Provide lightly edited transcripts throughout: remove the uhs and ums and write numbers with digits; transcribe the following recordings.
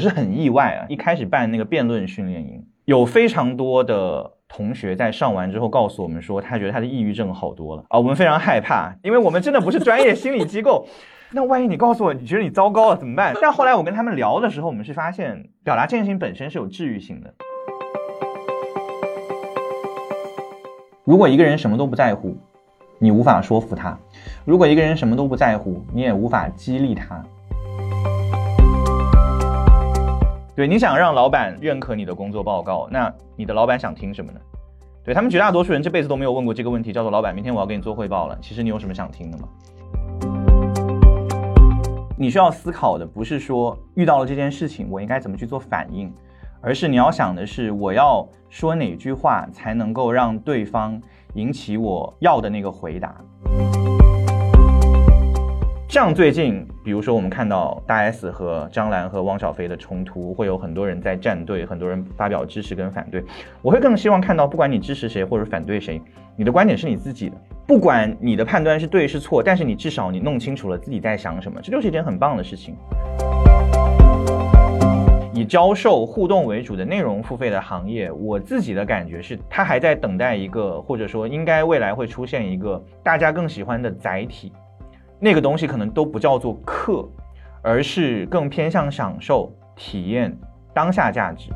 是很意外啊！一开始办那个辩论训练营，有非常多的同学在上完之后告诉我们说，他觉得他的抑郁症好多了啊！我们非常害怕，因为我们真的不是专业心理机构。那万一你告诉我你觉得你糟糕了怎么办？但后来我跟他们聊的时候，我们是发现表达这件事情本身是有治愈性的。如果一个人什么都不在乎，你无法说服他；如果一个人什么都不在乎，你也无法激励他。对，你想让老板认可你的工作报告，那你的老板想听什么呢？对，他们绝大多数人这辈子都没有问过这个问题，叫做老板，明天我要给你做汇报了，其实你有什么想听的吗？你需要思考的不是说遇到了这件事情我应该怎么去做反应，而是你要想的是我要说哪句话才能够让对方引起我要的那个回答。像最近比如说我们看到大 S 和张兰和汪小菲的冲突，会有很多人在站队，很多人发表支持跟反对。我会更希望看到不管你支持谁或者反对谁，你的观点是你自己的，不管你的判断是对是错，但是你至少你弄清楚了自己在想什么，这就是一件很棒的事情。以教授互动为主的内容付费的行业，我自己的感觉是它还在等待一个，或者说应该未来会出现一个大家更喜欢的载体，那个东西可能都不叫做课，而是更偏向享受、体验、当下价值。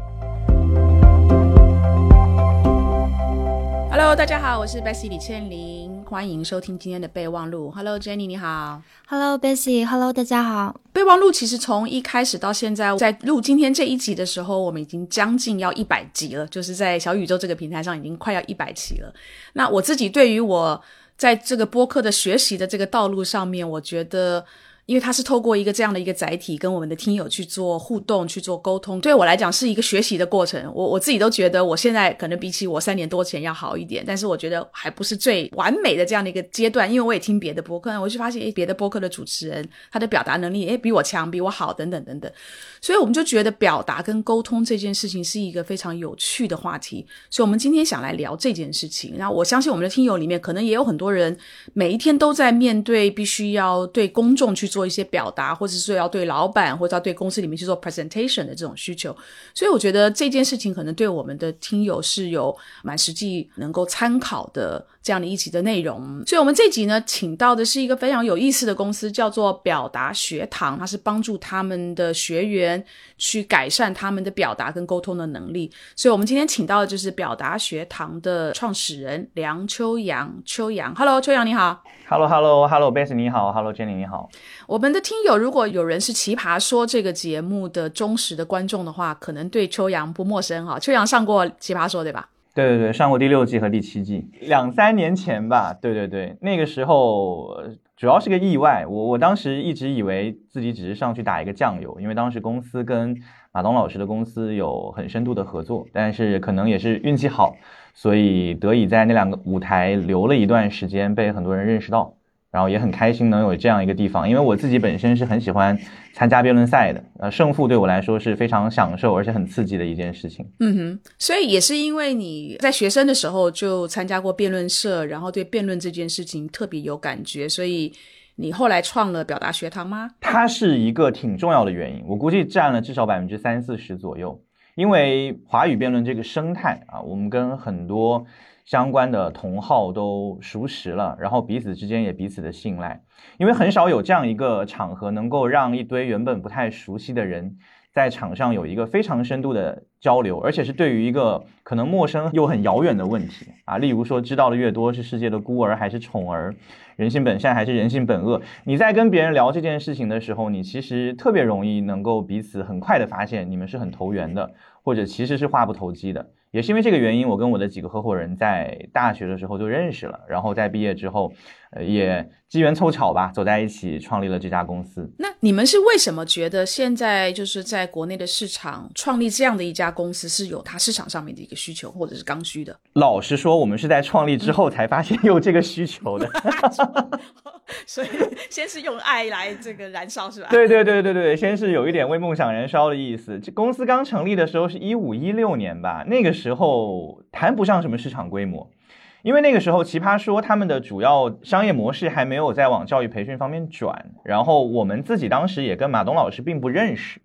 Hello， 大家好，我是 Bessie 李倩玲，欢迎收听今天的备忘录。Hello Jenny， 你好。 Hello Bessie，Hello 大家好。 备忘录其实从一开始到现在，在录今天这一集的时候，我们已经将近要100集了，就是在小宇宙这个平台上已经快要100期了。那我自己对于我在这个播客的学习的这个道路上面，我觉得因为它是透过一个这样的一个载体跟我们的听友去做互动去做沟通，对我来讲是一个学习的过程。我自己都觉得我现在可能比起我3年多前要好一点，但是我觉得还不是最完美的这样的一个阶段，因为我也听别的播客，我就发现别的播客的主持人他的表达能力比我强比我好等等等等，所以我们就觉得表达跟沟通这件事情是一个非常有趣的话题，所以我们今天想来聊这件事情。那我相信我们的听友里面可能也有很多人每一天都在面对必须要对公众去做一些表达，或者是要对老板或者要对公司里面去做 presentation 的这种需求，所以我觉得这件事情可能对我们的听友是有蛮实际能够参考的这样的一集的内容。所以我们这集呢请到的是一个非常有意思的公司，叫做表达学堂，它是帮助他们的学员去改善他们的表达跟沟通的能力，所以我们今天请到的就是表达学堂的创始人梁秋阳。秋阳 Hello 秋阳你好。 Hello Bess 你好， Hello Jenny 你好。 我们的听友如果有人是奇葩说这个节目的忠实的观众的话，可能对秋阳不陌生哈。秋阳上过奇葩说对吧？ 对，上过第6季和第7季，2-3年前吧。对，那个时候主要是个意外，我当时一直以为自己只是上去打一个酱油，因为当时公司跟马东老师的公司有很深度的合作，但是可能也是运气好，所以得以在那2个舞台留了一段时间，被很多人认识到，然后也很开心能有这样一个地方。因为我自己本身是很喜欢参加辩论赛的，胜负对我来说是非常享受而且很刺激的一件事情。 所以也是因为你在学生的时候就参加过辩论社，然后对辩论这件事情特别有感觉，所以你后来创了表达学堂吗？ 它是一个挺重要的原因，我估计占了至少30-40%左右。因为华语辩论这个生态啊，我们跟很多相关的同好都熟识了，然后彼此之间也彼此的信赖，因为很少有这样一个场合能够让一堆原本不太熟悉的人在场上有一个非常深度的交流，而且是对于一个可能陌生又很遥远的问题啊，例如说知道的越多是世界的孤儿还是宠儿，人性本善还是人性本恶。你在跟别人聊这件事情的时候，你其实特别容易能够彼此很快的发现你们是很投缘的，或者其实是话不投机的。也是因为这个原因，我跟我的几个合伙人在大学的时候就认识了，然后在毕业之后也机缘凑巧吧，走在一起创立了这家公司。 那你们是为什么觉得现在就是在国内的市场创立这样的一家公司是有它市场上面的一个需求或者是刚需的？ 老实说，我们是在创立之后才发现有这个需求的所以先是用爱来这个燃烧是吧？ 对，先是有一点为梦想燃烧的意思。这公司刚成立的时候是15-16年吧，那个时候谈不上什么市场规模，因为那个时候奇葩说他们的主要商业模式还没有在往教育培训方面转，然后我们自己当时也跟马东老师并不认识，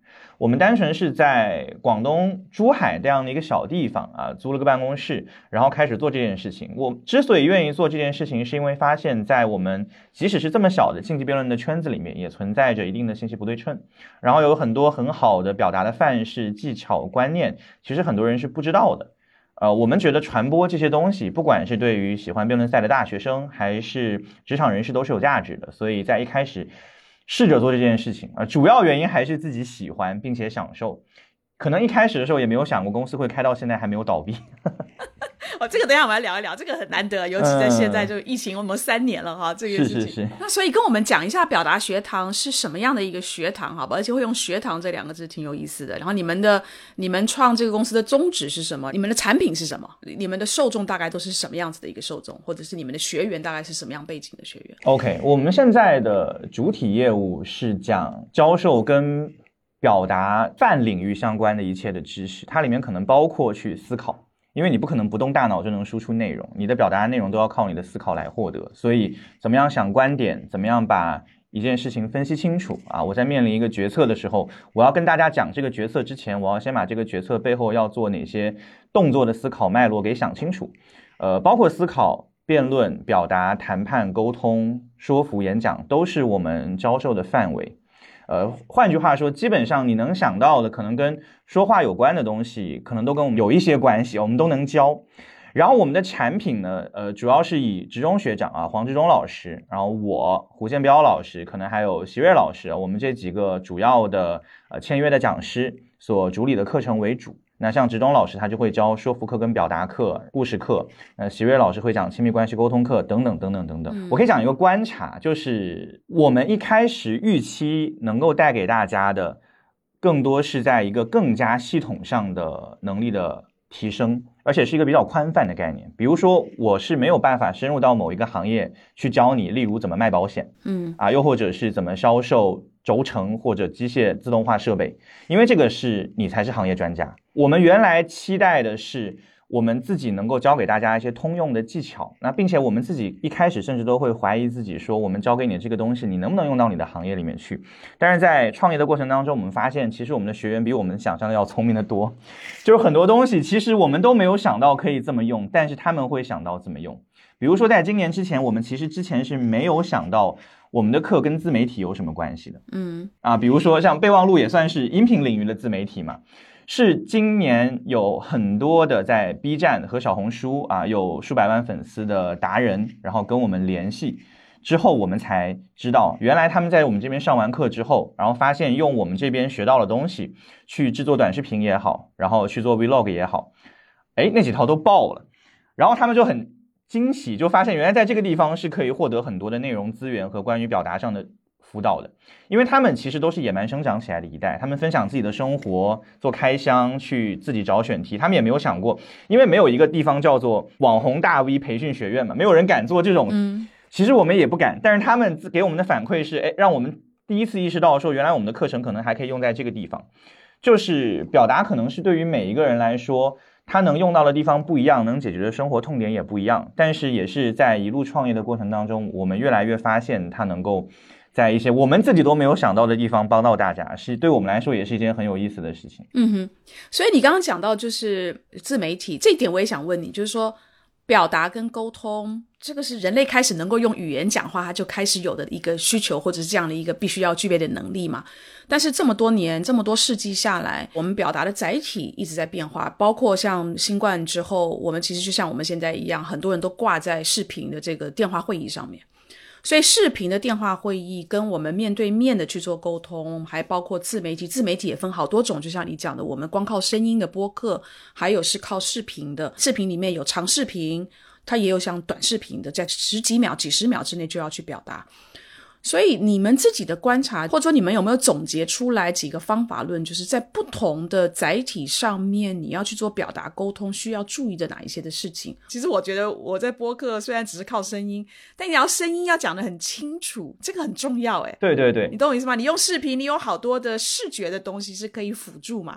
我们单纯是在广东珠海这样的一个小地方啊，租了个办公室，然后开始做这件事情。我之所以愿意做这件事情，是因为发现在我们即使是这么小的竞技辩论的圈子里面，也存在着一定的信息不对称，然后有很多很好的表达的范式、技巧、观念，其实很多人是不知道的。我们觉得传播这些东西，不管是对于喜欢辩论赛的大学生，还是职场人士，都是有价值的。所以在一开始试着做这件事情，主要原因还是自己喜欢并且享受。可能一开始的时候也没有想过公司会开到现在还没有倒闭。 这个等一下我们来聊一聊，这个很难得，尤其在现在就疫情我们3年了哈，这个事情。 是。 那所以跟我们讲一下表达学堂是什么样的一个学堂，好吧？而且会用学堂这2个字挺有意思的。然后你们创这个公司的宗旨是什么？你们的产品是什么？你们的受众大概都是什么样子的一个受众？或者是你们的学员大概是什么样背景的学员 ？OK， 我们现在的主体业务是讲教授跟表达泛领域相关的一切的知识，它里面可能包括去思考，因为你不可能不动大脑就能输出内容，你的表达内容都要靠你的思考来获得。所以怎么样想观点，怎么样把一件事情分析清楚啊！我在面临一个决策的时候，我要跟大家讲这个决策之前，我要先把这个决策背后要做哪些动作的思考脉络给想清楚。包括思考、辩论、表达、谈判、沟通、说服、演讲，都是我们教授的范围。换句话说，基本上你能想到的可能跟说话有关的东西，可能都跟我们有一些关系，我们都能教。然后我们的产品呢，主要是以职中学长啊，黄志忠老师，然后我胡建彪老师，可能还有席瑞老师，我们这几个主要的签约的讲师所主理的课程为主。那像职中老师他就会教说服课跟表达课、故事课，席瑞老师会讲亲密关系沟通课等等等等等等。我可以讲一个观察，就是我们一开始预期能够带给大家的，更多是在一个更加系统上的能力的提升，而且是一个比较宽泛的概念。比如说我是没有办法深入到某一个行业去教你，例如怎么卖保险，又或者是怎么销售轴承或者机械自动化设备，因为这个是你才是行业专家。我们原来期待的是我们自己能够教给大家一些通用的技巧，那并且我们自己一开始甚至都会怀疑自己，说我们教给你这个东西你能不能用到你的行业里面去。但是在创业的过程当中，我们发现其实我们的学员比我们想象的要聪明的多，就是很多东西其实我们都没有想到可以这么用，但是他们会想到怎么用。比如说在今年之前，我们其实之前是没有想到我们的课跟自媒体有什么关系的。比如说像备忘录也算是音频领域的自媒体嘛，是今年有很多的在 B 站和小红书有数百万粉丝的达人，然后跟我们联系之后，我们才知道原来他们在我们这边上完课之后，然后发现用我们这边学到的东西去制作短视频也好，然后去做 Vlog 也好，那几套都爆了，然后他们就很惊喜，就发现原来在这个地方是可以获得很多的内容资源和关于表达上的辅导的。因为他们其实都是野蛮生长起来的一代，他们分享自己的生活，做开箱，去自己找选题，他们也没有想过，因为没有一个地方叫做网红大 V 培训学院嘛，没有人敢做这种，其实我们也不敢，但是他们给我们的反馈是，让我们第一次意识到说，原来我们的课程可能还可以用在这个地方，就是表达可能是对于每一个人来说，他能用到的地方不一样，能解决的生活痛点也不一样，但是也是在一路创业的过程当中，我们越来越发现它能够在一些我们自己都没有想到的地方帮到大家，是对我们来说也是一件很有意思的事情。 所以你刚刚讲到就是自媒体这一点，我也想问你，就是说表达跟沟通，这个是人类开始能够用语言讲话，它就开始有的一个需求，或者是这样的一个必须要具备的能力嘛。但是这么多年这么多世纪下来，我们表达的载体一直在变化，包括像新冠之后，我们其实就像我们现在一样，很多人都挂在视频的这个电话会议上面，所以视频的电话会议跟我们面对面的去做沟通，还包括自媒体，自媒体也分好多种，就像你讲的，我们光靠声音的播客，还有是靠视频的，视频里面有长视频，它也有像短视频的，在10几秒几十秒之内就要去表达。所以你们自己的观察，或者说你们有没有总结出来几个方法论，就是在不同的载体上面你要去做表达沟通需要注意的哪一些的事情？其实我觉得我在播客虽然只是靠声音，但你要声音要讲得很清楚，这个很重要。 对对对， 你懂我意思吗？你用视频，你有好多的视觉的东西是可以辅助嘛，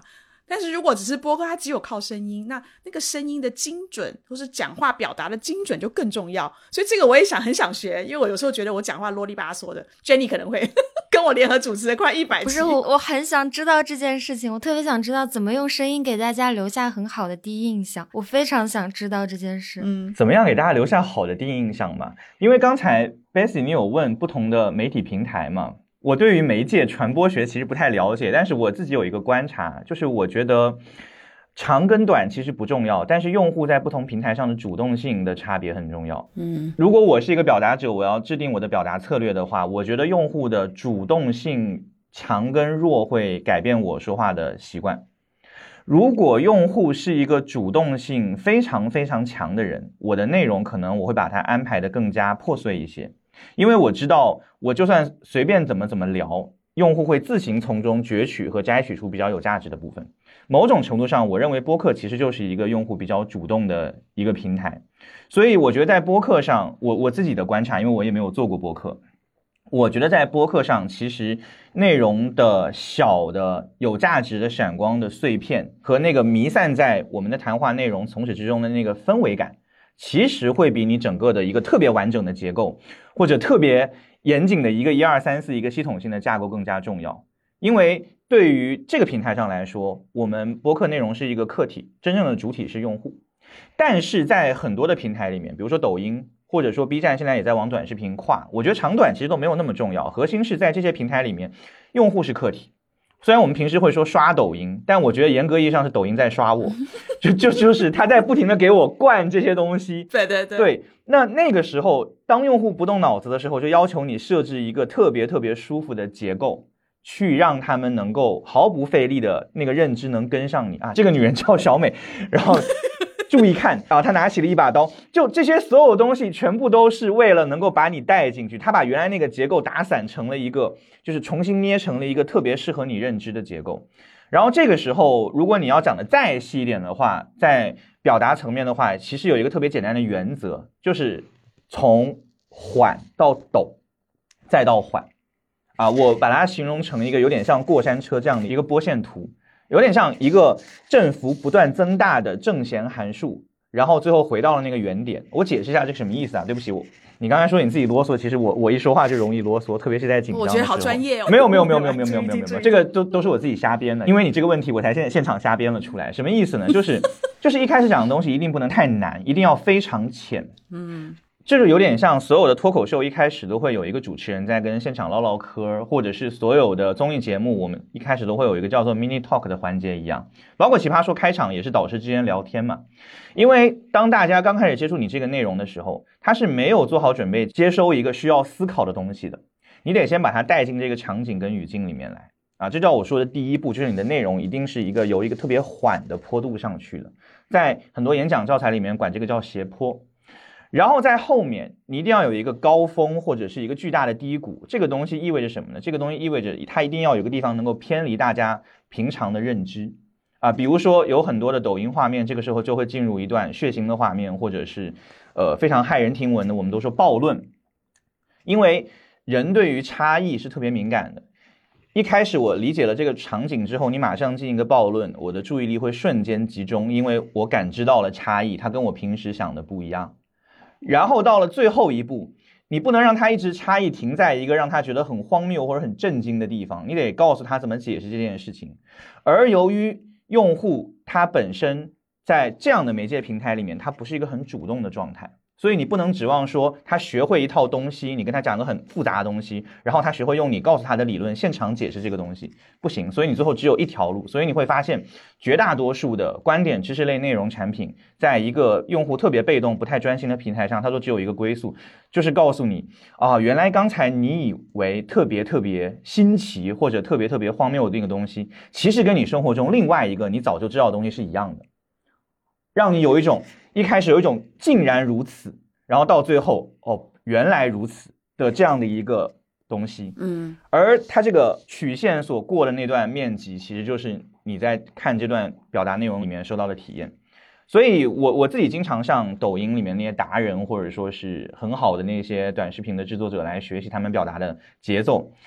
但是如果只是播客，它只有靠声音，那个声音的精准或是讲话表达的精准就更重要。所以这个我也很想学，因为我有时候觉得我讲话啰里吧嗦的。Jenny 可能会跟我联合主持了快100期。 不是我很想知道这件事情，我特别想知道怎么用声音给大家留下很好的第一印象，我非常想知道这件事。 怎么样给大家留下好的第一印象嘛？因为刚才 Bessy 你有问不同的媒体平台嘛，我对于媒介传播学其实不太了解，但是我自己有一个观察，就是我觉得长跟短其实不重要，但是用户在不同平台上的主动性的差别很重要。如果我是一个表达者，我要制定我的表达策略的话，我觉得用户的主动性强跟弱会改变我说话的习惯。如果用户是一个主动性非常非常强的人，我的内容可能我会把它安排的更加破碎一些，因为我知道我就算随便怎么聊，用户会自行从中攫取和摘取出比较有价值的部分。某种程度上，我认为播客其实就是一个用户比较主动的一个平台。所以我觉得在播客上，我自己的观察，因为我也没有做过播客，我觉得在播客上其实内容的小的有价值的闪光的碎片和那个弥散在我们的谈话内容从始至终的那个氛围感，其实会比你整个的一个特别完整的结构或者特别严谨的一个1、2、3、4一个系统性的架构更加重要。因为对于这个平台上来说，我们播客内容是一个客体，真正的主体是用户。但是在很多的平台里面，比如说抖音或者说 B 站现在也在往短视频跨，我觉得长短其实都没有那么重要，核心是在这些平台里面用户是客体。虽然我们平时会说刷抖音，但我觉得严格意义上是抖音在刷我，就是他在不停的给我灌这些东西。对，那个时候当用户不动脑子的时候，就要求你设置一个特别特别舒服的结构，去让他们能够毫不费力的那个认知能跟上你啊。这个女人叫小美，然后注意看啊，她拿起了一把刀，就这些所有东西全部都是为了能够把你带进去。她把原来那个结构打散成了一个，就是重新捏成了一个特别适合你认知的结构。然后这个时候，如果你要讲的再细一点的话，在表达层面的话，其实有一个特别简单的原则，就是从缓到陡，再到缓。我把它形容成一个有点像过山车这样的一个波线图，有点像一个振幅不断增大的正弦函数，然后最后回到了那个原点。我解释一下这个什么意思啊？对不起，你刚才说你自己啰嗦，其实我一说话就容易啰嗦，特别是在紧张的时候。 我觉得好专业哦。 没有，这个都是我自己瞎编的，因为你这个问题我才现场瞎编了出来。什么意思呢？就是一开始讲的东西一定不能太难，一定要非常浅。这就有点像所有的脱口秀一开始都会有一个主持人在跟现场唠唠嗑，或者是所有的综艺节目我们一开始都会有一个叫做 mini talk 的环节一样，包括奇葩说开场也是导师之间聊天嘛。因为当大家刚开始接触你这个内容的时候，他是没有做好准备接收一个需要思考的东西的，你得先把它带进这个场景跟语境里面来啊。这叫我说的第一步，就是你的内容一定是由一个特别缓的坡度上去的，在很多演讲教材里面管这个叫斜坡。然后在后面你一定要有一个高峰或者是一个巨大的低谷。这个东西意味着什么呢？这个东西意味着它一定要有个地方能够偏离大家平常的认知比如说有很多的抖音画面，这个时候就会进入一段血腥的画面，或者是非常骇人听闻的，我们都说暴论。因为人对于差异是特别敏感的，一开始我理解了这个场景之后，你马上进行一个暴论，我的注意力会瞬间集中，因为我感知到了差异，它跟我平时想的不一样。然后到了最后一步，你不能让他一直差异停在一个让他觉得很荒谬或者很震惊的地方，你得告诉他怎么解释这件事情。而由于用户他本身在这样的媒介平台里面，他不是一个很主动的状态，所以你不能指望说他学会一套东西，你跟他讲个很复杂的东西，然后他学会用你告诉他的理论现场解释这个东西，不行。所以你最后只有一条路。所以你会发现绝大多数的观点知识类内容产品，在一个用户特别被动不太专心的平台上，它都只有一个归宿，就是告诉你原来刚才你以为特别特别新奇或者特别特别荒谬的那个东西，其实跟你生活中另外一个你早就知道的东西是一样的，让你一开始有一种竟然如此，然后到最后原来如此的这样的一个东西。而它这个曲线所过的那段面积，其实就是你在看这段表达内容里面收到的体验。所以我自己经常上抖音里面那些达人，或者说是很好的那些短视频的制作者来学习他们表达的节奏。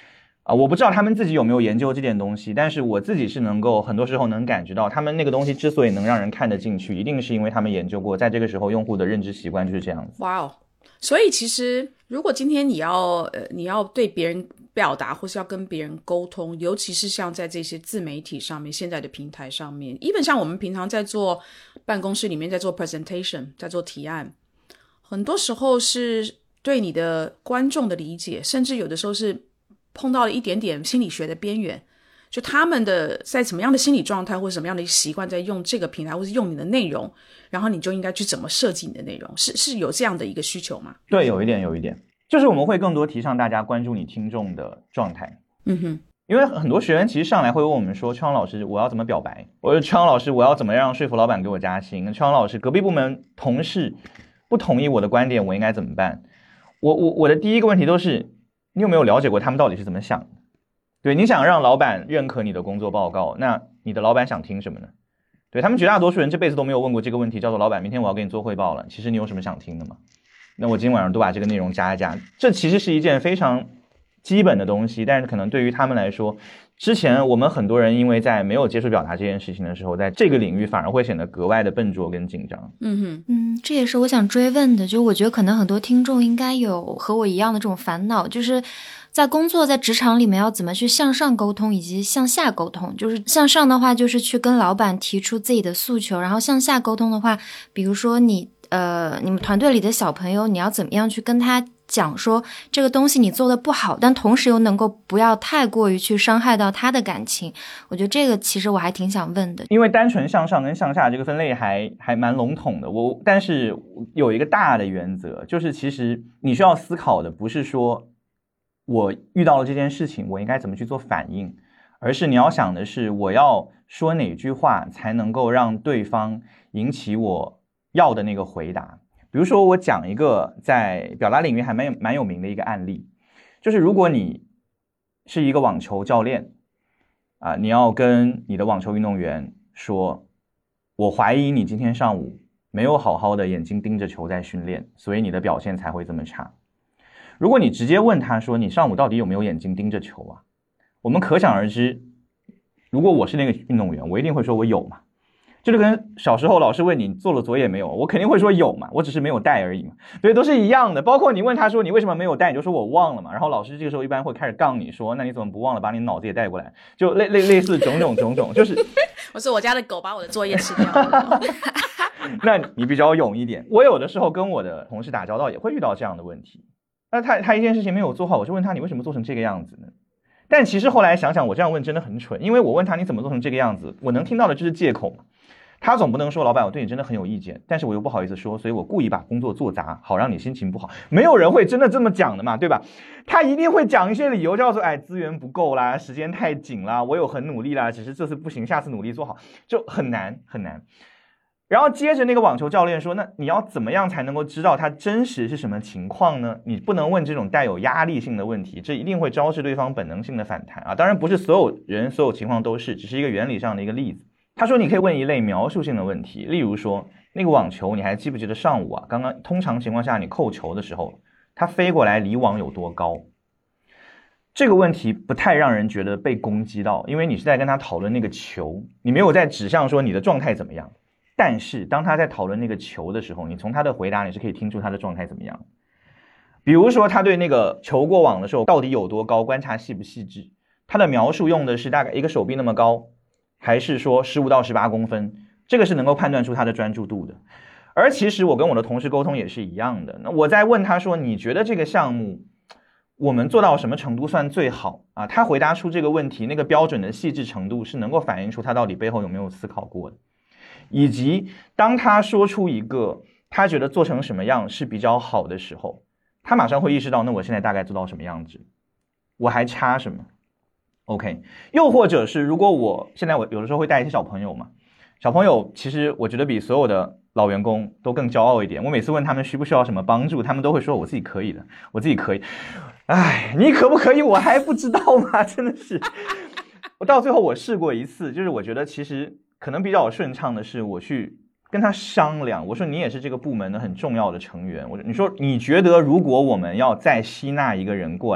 我不知道他们自己有没有研究这件东西，但是我自己是能够很多时候能感觉到，他们那个东西之所以能让人看得进去，一定是因为他们研究过，在这个时候用户的认知习惯就是这样子。 哇哦！所以其实如果今天你要对别人表达或是要跟别人沟通，尤其是像在这些自媒体上面，现在的平台上面，even像我们平常在做办公室里面在做 presentation 在做提案，很多时候是对你的观众的理解，甚至有的时候是碰到了一点点心理学的边缘，就他们的在什么样的心理状态或者什么样的习惯在用这个平台或是用你的内容，然后你就应该去怎么设计你的内容，是有这样的一个需求吗？ 对，有一点，就是我们会更多提倡大家关注你听众的状态。因为很多学员其实上来会问我们说，邱阳老师我要怎么表白，我说邱阳老师我要怎么样说服老板给我加薪，邱阳老师隔壁部门同事不同意我的观点我应该怎么办。我的第一个问题都是，你有没有了解过他们到底是怎么想的？对，你想让老板认可你的工作报告，那你的老板想听什么呢？对，他们绝大多数人这辈子都没有问过这个问题，叫做老板明天我要给你做汇报了，其实你有什么想听的吗？那我今天晚上都把这个内容加一加，这其实是一件非常基本的东西，但是可能对于他们来说，之前我们很多人因为在没有接触表达这件事情的时候，在这个领域反而会显得格外的笨拙跟紧张。 这也是我想追问的，就我觉得可能很多听众应该有和我一样的这种烦恼，就是在工作在职场里面要怎么去向上沟通以及向下沟通。就是向上的话就是去跟老板提出自己的诉求，然后向下沟通的话，比如说你们团队里的小朋友，你要怎么样去跟他讲说这个东西你做的不好，但同时又能够不要太过于去伤害到他的感情。我觉得这个其实我还挺想问的， 因为单纯向上跟向下这个分类还蛮笼统的。但是有一个大的原则，就是其实你需要思考的不是说我遇到了这件事情我应该怎么去做反应，而是你要想的是我要说哪句话才能够让对方引起我要的那个回答。比如说我讲一个在表达领域还蛮有名的一个案例，就是如果你是一个网球教练你要跟你的网球运动员说，我怀疑你今天上午没有好好的眼睛盯着球在训练，所以你的表现才会这么差。如果你直接问他说你上午到底有没有眼睛盯着球啊，我们可想而知，如果我是那个运动员，我一定会说我有嘛。就是跟小时候老师问你做了作业没有，我肯定会说有嘛，我只是没有带而已嘛。对，都是一样的。包括你问他说你为什么没有带，你就说我忘了嘛。然后老师这个时候一般会开始杠你说，那你怎么不忘了把你脑子也带过来，就类似种种就是我说我家的狗把我的作业吃掉了那你比较勇一点。我有的时候跟我的同事打交道也会遇到这样的问题，那他一件事情没有做好，我就问他你为什么做成这个样子呢？但其实后来想想，我这样问真的很蠢，因为我问他你怎么做成这个样子，我能听到的就是借口嘛。他总不能说老板我对你真的很有意见，但是我又不好意思说，所以我故意把工作做砸，好让你心情不好。没有人会真的这么讲的嘛，对吧？他一定会讲一些理由，叫做资源不够啦，时间太紧啦，我有很努力啦，只是这次不行，下次努力做好，就很难。然后接着那个网球教练说，那你要怎么样才能够知道他真实是什么情况呢？你不能问这种带有压力性的问题，这一定会招致对方本能性的反弹当然不是所有人所有情况都是，只是一个原理上的一个例子。他说你可以问一类描述性的问题，例如说那个网球你还记不记得上午刚刚通常情况下你扣球的时候，它飞过来离网有多高？这个问题不太让人觉得被攻击到，因为你是在跟他讨论那个球，你没有在指向说你的状态怎么样。但是当他在讨论那个球的时候，你从他的回答你是可以听出他的状态怎么样。比如说他对那个球过网的时候到底有多高，观察细不细致，他的描述用的是大概一个手臂那么高，还是说15到18公分，这个是能够判断出他的专注度的。而其实我跟我的同事沟通也是一样的，那我在问他说你觉得这个项目我们做到什么程度算最好他回答出这个问题那个标准的细致程度是能够反映出他到底背后有没有思考过的。以及当他说出一个他觉得做成什么样是比较好的时候，他马上会意识到那我现在大概做到什么样子，我还差什么。 OK， 又或者是如果我现在我有的时候会带一些小朋友嘛，小朋友其实我觉得比所有的老员工都更骄傲一点，我每次问他们需不需要什么帮助，他们都会说我自己可以的，我自己可以。你可不可以我还不知道吗？真的是我到最后我试过一次，就是我觉得其实可能比较顺畅的是我去跟他商量，我说你也是这个部门的很重要的成员，你说你觉得如果我们要再吸纳一个人过来，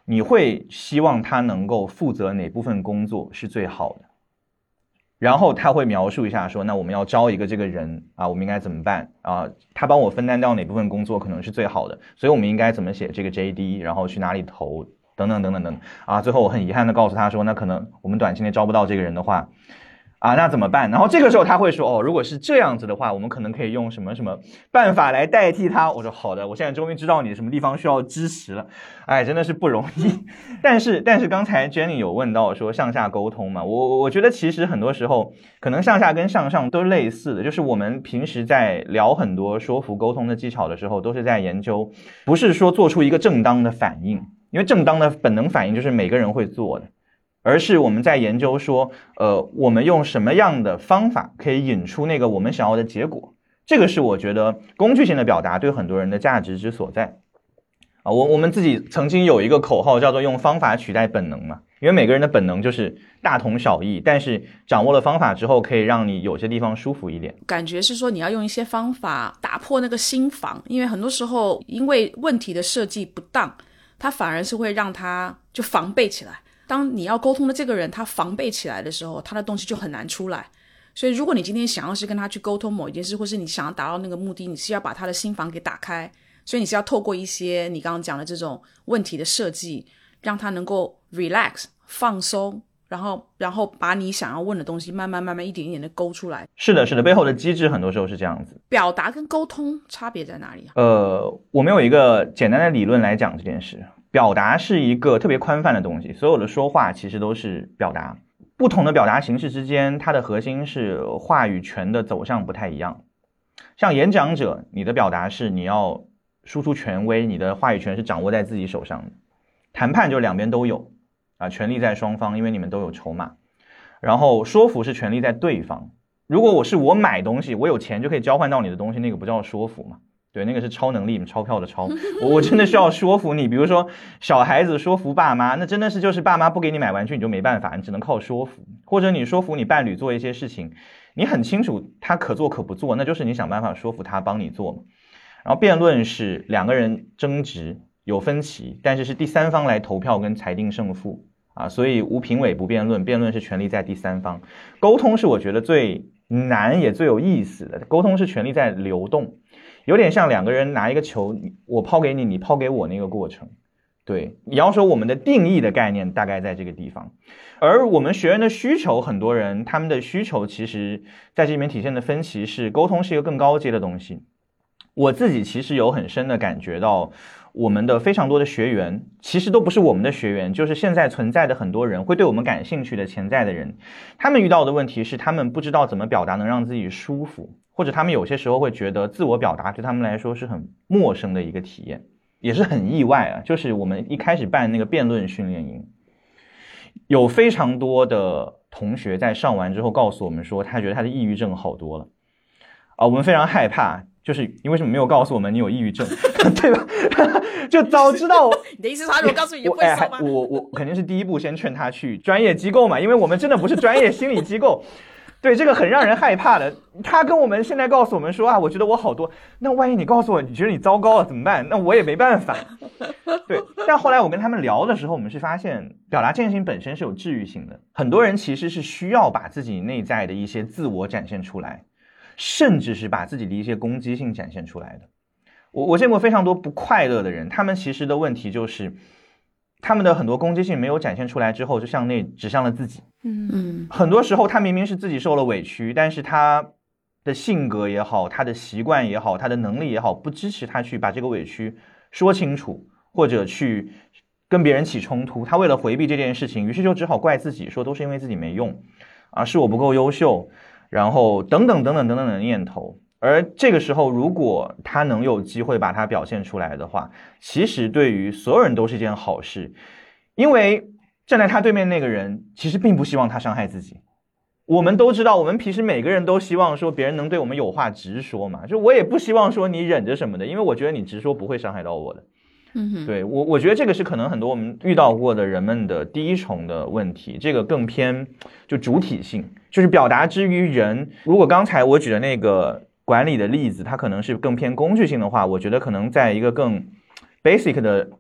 你会希望他能够负责哪部分工作是最好的，然后他会描述一下说，那我们要招一个这个人啊，我们应该怎么办啊？他帮我分担掉哪部分工作可能是最好的，所以我们应该怎么写这个 JD， 然后去哪里投等等等等等啊。最后我很遗憾的告诉他说，那可能我们短期内招不到这个人的话啊，那怎么办？然后这个时候他会说，哦，如果是这样子的话，我们可能可以用什么什么办法来代替他。我说好的，我现在终于知道你什么地方需要支持了。哎，真的是不容易。但是刚才 Jenny 有问到说向下沟通嘛，我觉得其实很多时候可能向下跟向上都类似的，就是我们平时在聊很多说服沟通的技巧的时候，都是在研究，不是说做出一个正当的反应，因为正当的本能反应就是每个人会做的。而是我们在研究说，我们用什么样的方法可以引出那个我们想要的结果。这个是我觉得工具性的表达对很多人的价值之所在。啊，我们自己曾经有一个口号叫做用方法取代本能嘛，因为每个人的本能就是大同小异，但是掌握了方法之后，可以让你有些地方舒服一点。 感觉是说你要用一些方法打破那个心防，因为很多时候因为问题的设计不当，它反而是会让它就防备起来。当你要沟通的这个人他防备起来的时候，他的东西就很难出来。所以如果你今天想要是跟他去沟通某一件事，或是你想要达到那个目的，你是要把他的心房给打开，所以你是要透过一些你刚刚讲的这种问题的设计，让他能够 relax 放松，然后把你想要问的东西慢慢一点一点的勾出来。 是的，背后的机制很多时候是这样子。 表达跟沟通差别在哪里啊？ 我们有一个简单的理论来讲这件事。表达是一个特别宽泛的东西，所有的说话其实都是表达。不同的表达形式之间，它的核心是话语权的走向不太一样。像演讲者，你的表达是你要输出权威，你的话语权是掌握在自己手上的。谈判就两边都有啊，权力在双方，因为你们都有筹码。然后说服是权力在对方。如果我买东西，我有钱就可以交换到你的东西，那个不叫说服嘛。对，那个是超能力，钞票的钞。我真的需要说服你，比如说小孩子说服爸妈，那真的是就是爸妈不给你买玩具，你就没办法，你只能靠说服。或者你说服你伴侣做一些事情，你很清楚他可做可不做，那就是你想办法说服他帮你做嘛。然后辩论是两个人争执有分歧，但是是第三方来投票跟裁定胜负啊，所以无评委不辩论，辩论是权力在第三方。沟通是我觉得最难也最有意思的，沟通是权力在流动。有点像两个人拿一个球，我抛给你，你抛给我那个过程。对，你要说我们的定义的概念大概在这个地方。而我们学员的需求，很多人他们的需求其实在这里面体现的分歧是，沟通是一个更高阶的东西。我自己其实有很深的感觉到，我们的非常多的学员其实都不是我们的学员，就是现在存在的很多人会对我们感兴趣的潜在的人，他们遇到的问题是他们不知道怎么表达能让自己舒服，或者他们有些时候会觉得自我表达对他们来说是很陌生的一个体验，也是很意外啊。就是我们一开始办那个辩论训练营，有非常多的同学在上完之后告诉我们说，他觉得他的抑郁症好多了啊，我们非常害怕。就是你为什么没有告诉我们你有抑郁症，对吧？就早知道。 你的意思是他如果告诉你就不会说吗？ 我肯定是第一步先劝他去专业机构嘛，因为我们真的不是专业心理机构。对，这个很让人害怕的。他跟我们现在告诉我们说啊，我觉得我好多，那万一你告诉我你觉得你糟糕了怎么办？那我也没办法。对，但后来我跟他们聊的时候，我们是发现表达这件事情本身是有治愈性的。很多人其实是需要把自己内在的一些自我展现出来，甚至是把自己的一些攻击性展现出来的。我见过非常多不快乐的人，他们其实的问题就是他们的很多攻击性没有展现出来之后，就向内指向了自己。很多时候他明明是自己受了委屈，但是他的性格也好，他的习惯也好，他的能力也好，不支持他去把这个委屈说清楚，或者去跟别人起冲突。他为了回避这件事情，于是就只好怪自己，说都是因为自己没用啊，是我不够优秀，然后等等的念头。而这个时候如果他能有机会把它表现出来的话，其实对于所有人都是一件好事。因为站在他对面那个人其实并不希望他伤害自己。我们都知道，我们平时每个人都希望说别人能对我们有话直说嘛，就我也不希望说你忍着什么的，因为我觉得你直说不会伤害到我的。对，我觉得这个是可能很多我们遇到过的人们的第一重的问题，这个更偏就主体性，就是表达之于人。如果刚才我举的那个管理的例子，它可能是更偏工具性的话，我觉得可能在一个更 basic 的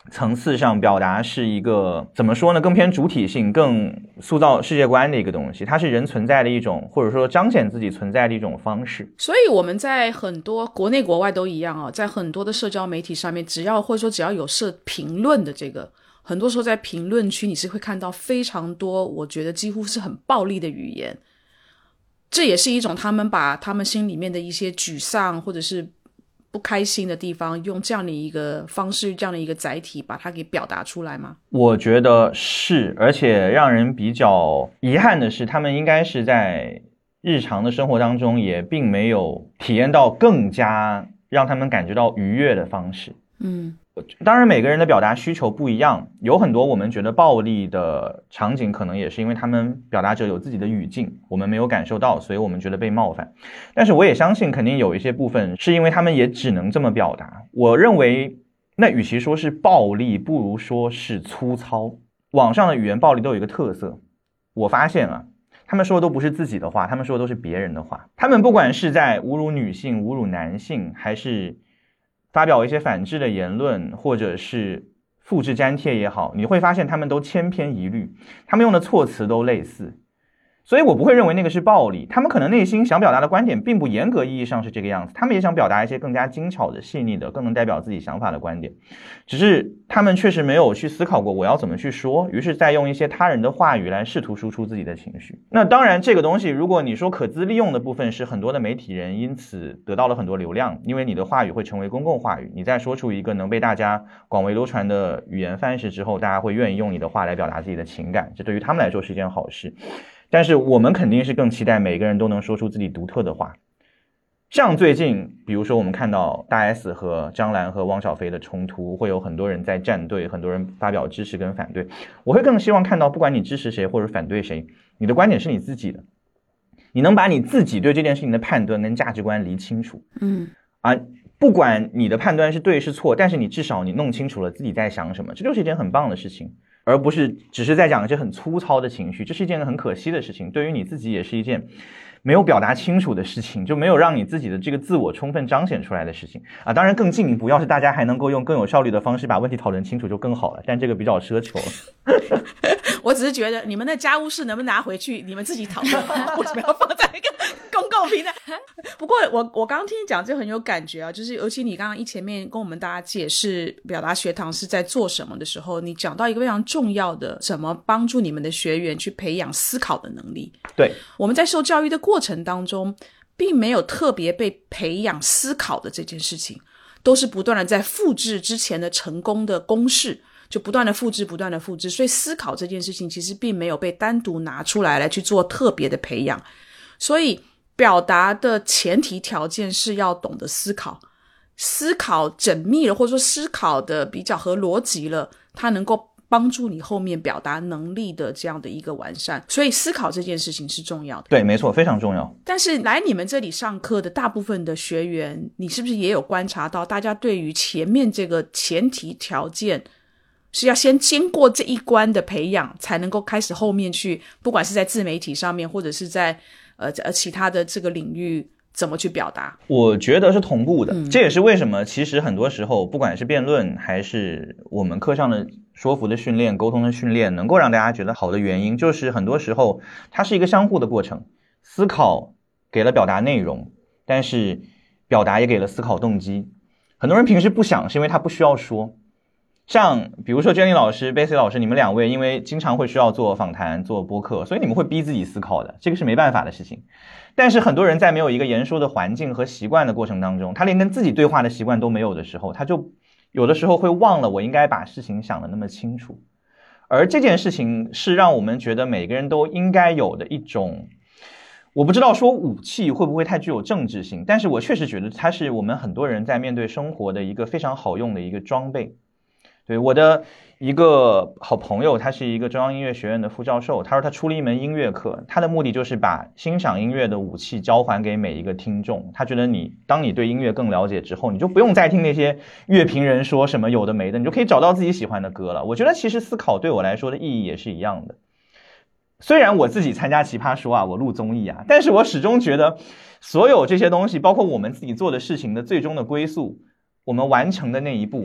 层次上，表达是一个怎么说呢，更偏主体性，更塑造世界观的一个东西，它是人存在的一种，或者说彰显自己存在的一种方式。 所以我们在很多国内国外都一样在很多的社交媒体上面，只要有设评论的这个，很多时候在评论区你是会看到非常多我觉得几乎是很暴力的语言，这也是一种他们把他们心里面的一些沮丧或者是不开心的地方，用这样的一个方式，这样的一个载体把它给表达出来吗？ 我觉得是，而且让人比较遗憾的是，他们应该是在日常的生活当中也并没有体验到更加让他们感觉到愉悦的方式。当然每个人的表达需求不一样，有很多我们觉得暴力的场景可能也是因为他们表达者有自己的语境，我们没有感受到，所以我们觉得被冒犯。但是我也相信肯定有一些部分是因为他们也只能这么表达。我认为那与其说是暴力，不如说是粗糙。网上的语言暴力都有一个特色，我发现他们说的都不是自己的话，他们说的都是别人的话。他们不管是在侮辱女性、侮辱男性，还是发表一些反制的言论，或者是复制粘贴也好，你会发现他们都千篇一律，他们用的措辞都类似。所以我不会认为那个是暴力，他们可能内心想表达的观点并不严格意义上是这个样子，他们也想表达一些更加精巧的、细腻的、更能代表自己想法的观点，只是他们确实没有去思考过我要怎么去说，于是再用一些他人的话语来试图输出自己的情绪。那当然这个东西如果你说可资利用的部分是很多的媒体人因此得到了很多流量，因为你的话语会成为公共话语，你在说出一个能被大家广为流传的语言范式之后，大家会愿意用你的话来表达自己的情感，这对于他们来说是一件好事。但是我们肯定是更期待每个人都能说出自己独特的话。像最近比如说我们看到大 S 和张兰和汪小菲的冲突，会有很多人在站队，很多人发表支持跟反对，我会更希望看到不管你支持谁或者反对谁，你的观点是你自己的，你能把你自己对这件事情的判断跟价值观理清楚。不管你的判断是对是错，但是你至少你弄清楚了自己在想什么，这就是一件很棒的事情，而不是只是在讲一些很粗糙的情绪，这是一件很可惜的事情，对于你自己也是一件没有表达清楚的事情，就没有让你自己的这个自我充分彰显出来的事情当然更进一步，要是大家还能够用更有效率的方式把问题讨论清楚就更好了，但这个比较奢求了我只是觉得你们的家务事能不能拿回去你们自己讨论为什么要放在一个公共平台不过我刚刚听你讲这很有感觉就是尤其你刚刚前面跟我们大家解释表达学堂是在做什么的时候，你讲到一个非常重要的，怎么帮助你们的学员去培养思考的能力。 对，我们在受教育的过程当中并没有特别被培养思考的这件事情，都是不断的在复制之前的成功的公式，就不断的复制，所以思考这件事情其实并没有被单独拿出来去做特别的培养。所以表达的前提条件是要懂得思考，思考缜密了，或者说思考的比较合逻辑了，它能够帮助你后面表达能力的这样的一个完善，所以思考这件事情是重要的。 对，没错，非常重要。 但是来你们这里上课的大部分的学员，你是不是也有观察到大家对于前面这个前提条件是要先经过这一关的培养，才能够开始后面去，不管是在自媒体上面或者是在其他的这个领域怎么去表达？我觉得是同步的，这也是为什么其实很多时候不管是辩论还是我们课上的说服的训练、沟通的训练能够让大家觉得好的原因，就是很多时候它是一个相互的过程，思考给了表达内容，但是表达也给了思考动机。很多人平时不想是因为他不需要说，像比如说 Jenny 老师 Bessy 老师，你们两位因为经常会需要做访谈做播客，所以你们会逼自己思考的，这个是没办法的事情。但是很多人在没有一个言说的环境和习惯的过程当中，他连跟自己对话的习惯都没有的时候，他就有的时候会忘了我应该把事情想得那么清楚。而这件事情是让我们觉得每个人都应该有的一种，我不知道说武器会不会太具有政治性，但是我确实觉得它是我们很多人在面对生活的一个非常好用的一个装备。对，我的一个好朋友，他是一个中央音乐学院的副教授，他说他出了一门音乐课，他的目的就是把欣赏音乐的武器交还给每一个听众。他觉得当你对音乐更了解之后，你就不用再听那些乐评人说什么有的没的，你就可以找到自己喜欢的歌了。我觉得其实思考对我来说的意义也是一样的。虽然我自己参加奇葩说我录综艺但是我始终觉得所有这些东西，包括我们自己做的事情的最终的归宿，我们完成的那一步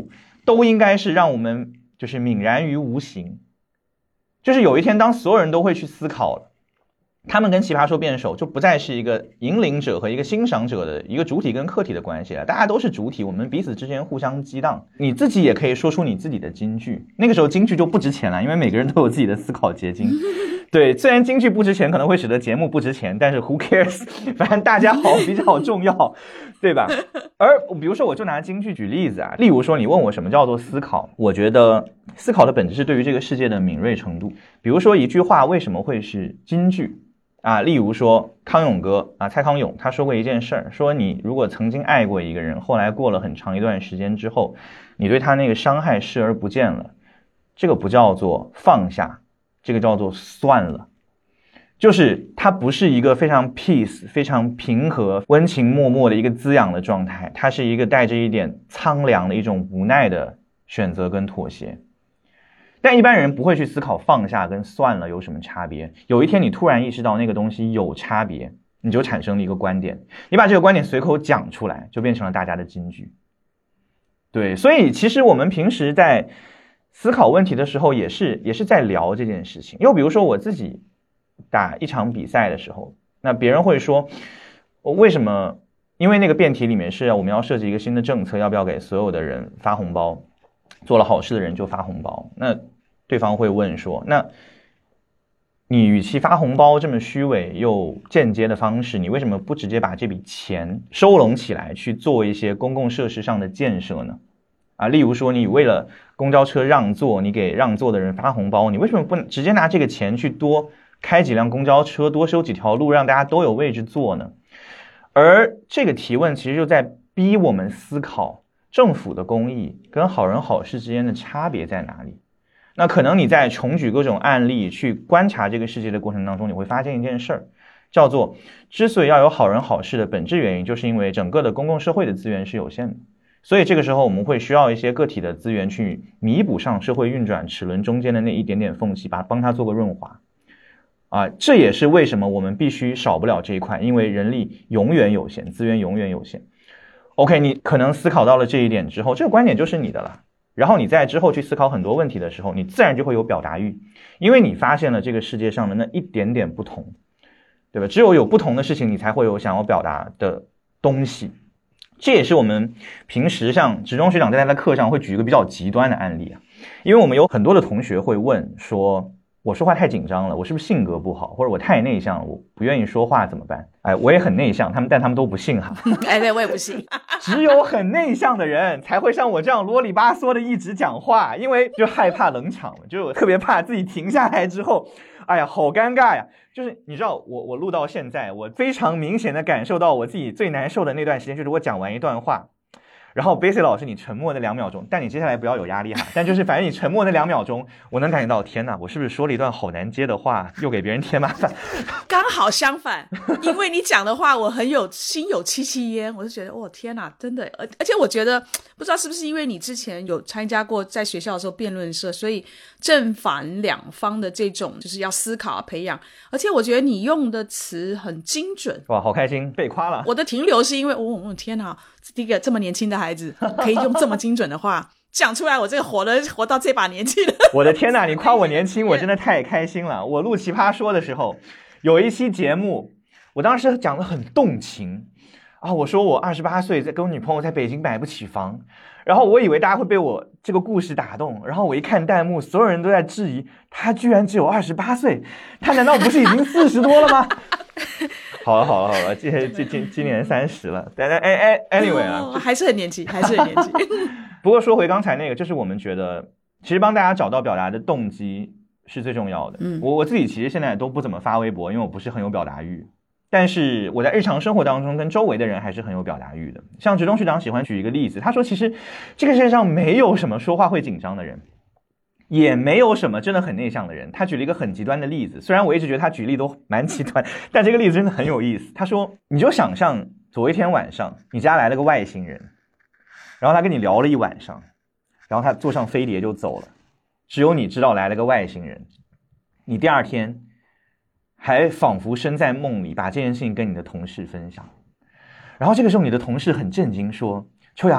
都应该是让我们就是泯然于无形。就是有一天当所有人都会去思考了，他们跟奇葩说辩手就不再是一个引领者和一个欣赏者的一个主体跟客体的关系了，大家都是主体，我们彼此之间互相激荡，你自己也可以说出你自己的金句，那个时候金句就不值钱了，因为每个人都有自己的思考结晶。对，虽然金句不值钱可能会使得节目不值钱，但是 who cares， 反正大家好比较重要，对吧？而比如说我就拿金句举例子啊，例如说你问我什么叫做思考，我觉得思考的本质是对于这个世界的敏锐程度。比如说一句话为什么会是金句啊？例如说康永哥啊，蔡康永他说过一件事儿，说你如果曾经爱过一个人，后来过了很长一段时间之后，你对他那个伤害视而不见了，这个不叫做放下，这个叫做算了。就是它不是一个非常 peace 非常平和温情脉脉的一个滋养的状态，它是一个带着一点苍凉的一种无奈的选择跟妥协。但一般人不会去思考放下跟算了有什么差别，有一天你突然意识到那个东西有差别，你就产生了一个观点，你把这个观点随口讲出来，就变成了大家的金句。对，所以其实我们平时在思考问题的时候也是在聊这件事情。又比如说我自己打一场比赛的时候，那别人会说为什么，因为那个辩题里面是我们要设计一个新的政策，要不要给所有的人发红包，做了好事的人就发红包。那对方会问说，那你与其发红包这么虚伪又间接的方式，你为什么不直接把这笔钱收拢起来去做一些公共设施上的建设呢？啊，例如说你为了公交车让座，你给让座的人发红包，你为什么不直接拿这个钱去多开几辆公交车，多修几条路，让大家都有位置坐呢？而这个提问其实就在逼我们思考政府的公义跟好人好事之间的差别在哪里。那可能你在重举各种案例去观察这个世界的过程当中，你会发现一件事儿，叫做之所以要有好人好事的本质原因，就是因为整个的公共社会的资源是有限的，所以这个时候我们会需要一些个体的资源去弥补上社会运转齿轮中间的那一点点缝隙，帮它做个润滑。这也是为什么我们必须少不了这一块，因为人力永远有限，资源永远有限。OK， 你可能思考到了这一点之后，这个观点就是你的了。然后你在之后去思考很多问题的时候，你自然就会有表达欲，因为你发现了这个世界上的那一点点不同，对吧？只有不同的事情，你才会有想要表达的东西。这也是我们平时像职中学长在他的课上会举一个比较极端的案例啊，因为我们有很多的同学会问说，我说话太紧张了，我是不是性格不好，或者我太内向了，我不愿意说话怎么办？我也很内向，但他们都不信哈。 对，我也不信。 只有很内向的人才会像我这样啰里吧嗦的一直讲话，因为就害怕冷场了，就特别怕自己停下来之后，哎呀，好尴尬呀！就是你知道，我录到现在，我非常明显的感受到我自己最难受的那段时间，就是我讲完一段话。然后 Basic 老师你沉默那2秒钟，但你接下来不要有压力哈，但就是反正你沉默那2秒钟，我能感觉到天哪，我是不是说了一段好难接的话，又给别人添麻烦？ 刚好相反，因为你讲的话我很有心有戚戚焉，我就觉得天哪，真的，而且我觉得不知道是不是因为你之前有参加过在学校的时候辩论社，所以正反两方的这种就是要思考培养，而且我觉得你用的词很精准。 哇，好开心，被夸了。 我的停留是因为天哪，第一个这么年轻的孩子可以用这么精准的话讲出来，我这个活到这把年纪了。 我的天哪，你夸我年轻，我真的太开心了。我录奇葩说的时候，有一期节目，我当时讲得很动情啊，我说我28岁跟我女朋友在北京买不起房，然后我以为大家会被我这个故事打动，然后我一看弹幕，所有人都在质疑他居然只有28岁，他难道不是已经40多了吗？好了，今年30了，但anyway 啊， 还是很年轻， 不过说回刚才那个，就是我们觉得其实帮大家找到表达的动机是最重要的。我自己其实现在都不怎么发微博，因为我不是很有表达欲，但是我在日常生活当中跟周围的人还是很有表达欲的。像职中学长喜欢举一个例子，他说其实这个世界上没有什么说话会紧张的人，也没有什么真的很内向的人。他举了一个很极端的例子，虽然我一直觉得他举例都蛮极端，但这个例子真的很有意思。他说你就想象昨天晚上你家来了个外星人，然后他跟你聊了一晚上，然后他坐上飞碟就走了，只有你知道来了个外星人，你第二天还仿佛身在梦里把这件事情跟你的同事分享，然后这个时候你的同事很震惊说，秋阳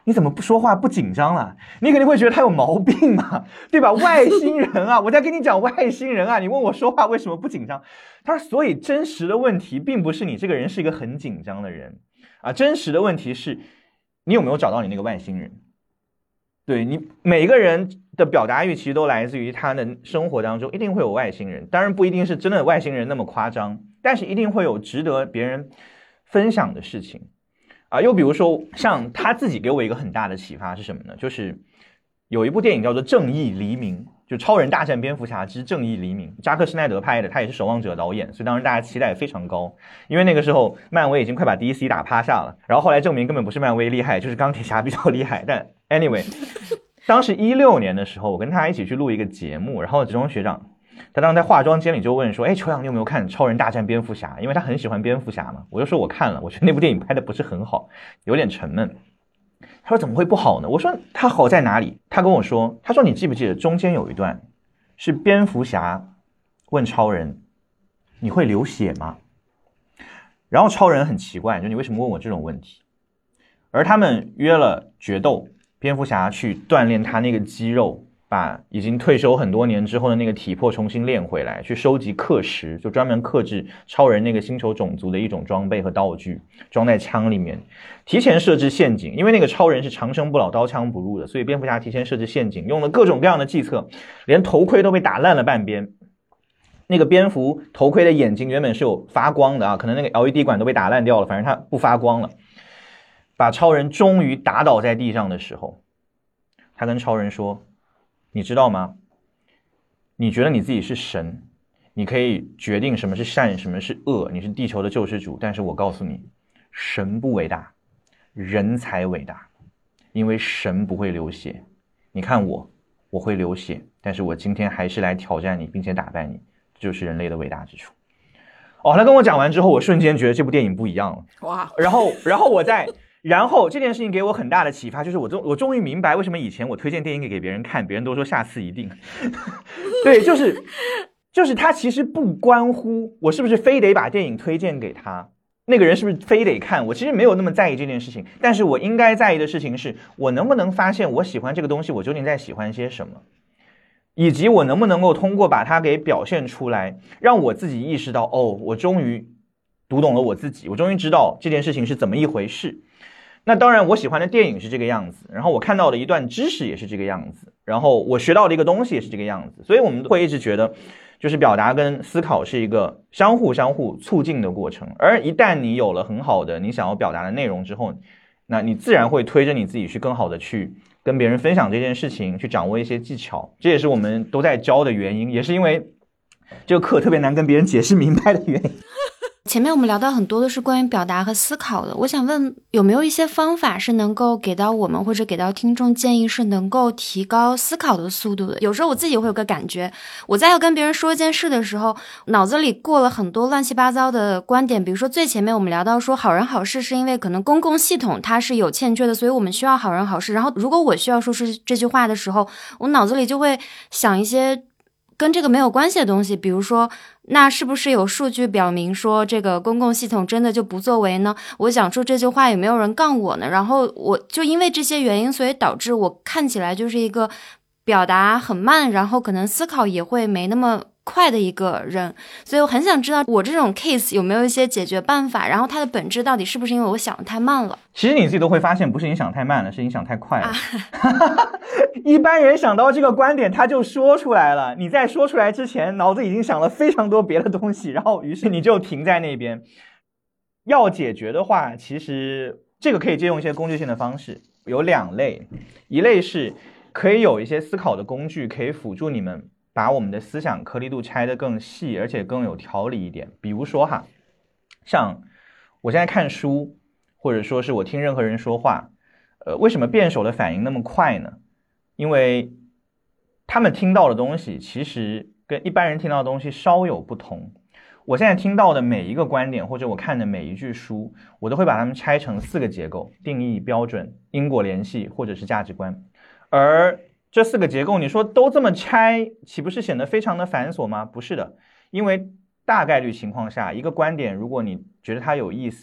你怎么不说话不紧张了？你肯定会觉得他有毛病嘛，对吧？外星人啊，我在跟你讲外星人啊，你问我说话为什么不紧张？他说，所以真实的问题并不是你这个人是一个很紧张的人啊，真实的问题是你有没有找到你那个外星人。对，你每个人的表达欲其实都来自于他的生活当中一定会有外星人，当然不一定是真的外星人那么夸张，但是一定会有值得别人分享的事情啊。又比如说像他自己给我一个很大的启发是什么呢？就是有一部电影叫做《正义黎明》，就超人大战蝙蝠侠之正义黎明，扎克施奈德拍的，他也是守望者导演，所以当时大家期待非常高，因为那个时候漫威已经快把 DC 打趴下了，然后后来证明根本不是漫威厉害，就是钢铁侠比较厉害。但 anyway 当时16年的时候，我跟他一起去录一个节目，然后子中学长他当时在化妆间里就问说，邱阳你有没有看超人大战蝙蝠侠？因为他很喜欢蝙蝠侠嘛。我就说我看了，我觉得那部电影拍的不是很好，有点沉闷。他说怎么会不好呢？我说他好在哪里？他跟我说，他说你记不记得中间有一段是蝙蝠侠问超人，你会流血吗？然后超人很奇怪，就你为什么问我这种问题？而他们约了决斗，蝙蝠侠去锻炼他那个肌肉，把已经退休很多年之后的那个体魄重新练回来，去收集克什，就专门克制超人那个星球种族的一种装备和道具，装在枪里面，提前设置陷阱，因为那个超人是长生不老刀枪不入的，所以蝙蝠侠提前设置陷阱，用了各种各样的计策，连头盔都被打烂了半边。那个蝙蝠头盔的眼睛原本是有发光的啊，可能那个 LED 管都被打烂掉了，反正它不发光了。把超人终于打倒在地上的时候，他跟超人说，你知道吗？你觉得你自己是神，你可以决定什么是善，什么是恶，你是地球的救世主，但是我告诉你，神不伟大，人才伟大，因为神不会流血。你看我会流血，但是我今天还是来挑战你，并且打败你，这就是人类的伟大之处。他跟我讲完之后，我瞬间觉得这部电影不一样了。哇！然后这件事情给我很大的启发，就是我终于明白为什么以前我推荐电影给别人看，别人都说下次一定。对，就是他其实不关乎我是不是非得把电影推荐给他，那个人是不是非得看，我其实没有那么在意这件事情，但是我应该在意的事情是我能不能发现我喜欢这个东西我究竟在喜欢些什么，以及我能不能够通过把它给表现出来，让我自己意识到我终于读懂了我自己，我终于知道这件事情是怎么一回事。那当然我喜欢的电影是这个样子，然后我看到的一段知识也是这个样子，然后我学到的一个东西也是这个样子，所以我们会一直觉得就是表达跟思考是一个相互促进的过程，而一旦你有了很好的你想要表达的内容之后，那你自然会推着你自己去更好的去跟别人分享这件事情，去掌握一些技巧，这也是我们都在教的原因，也是因为这个课特别难跟别人解释明白的原因。 前面我们聊到很多都是关于表达和思考的，我想问有没有一些方法是能够给到我们或者给到听众建议，是能够提高思考的速度的？有时候我自己会有个感觉，我在要跟别人说一件事的时候，脑子里过了很多乱七八糟的观点，比如说最前面我们聊到说好人好事是因为可能公共系统它是有欠缺的，所以我们需要好人好事，然后如果我需要说出这句话的时候，我脑子里就会想一些跟这个没有关系的东西，比如说那是不是有数据表明说这个公共系统真的就不作为呢？我讲出这句话有没有人杠我呢？然后我就因为这些原因，所以导致我看起来就是一个表达很慢，然后可能思考也会没那么快的一个人，所以我很想知道我这种 case 有没有一些解决办法，然后它的本质到底是不是因为我想得太慢了？ 其实你自己都会发现不是你想太慢了，是你想太快了。一般人想到这个观点他就说出来了，你在说出来之前脑子已经想了非常多别的东西，然后于是你就停在那边。要解决的话，其实这个可以借用一些工具性的方式，有两类，一类是可以有一些思考的工具可以辅助你们把我们的思想颗粒度拆得更细，而且更有条理一点。比如说像我现在看书，或者说是我听任何人说话，为什么辩手的反应那么快呢？因为他们听到的东西其实跟一般人听到的东西稍有不同。我现在听到的每一个观点，或者我看的每一句书，我都会把它们拆成4个结构：定义、标准、因果联系，或者是价值观。而这4个结构你说都这么拆，岂不是显得非常的繁琐吗？不是的，因为大概率情况下，一个观点如果你觉得它有意思，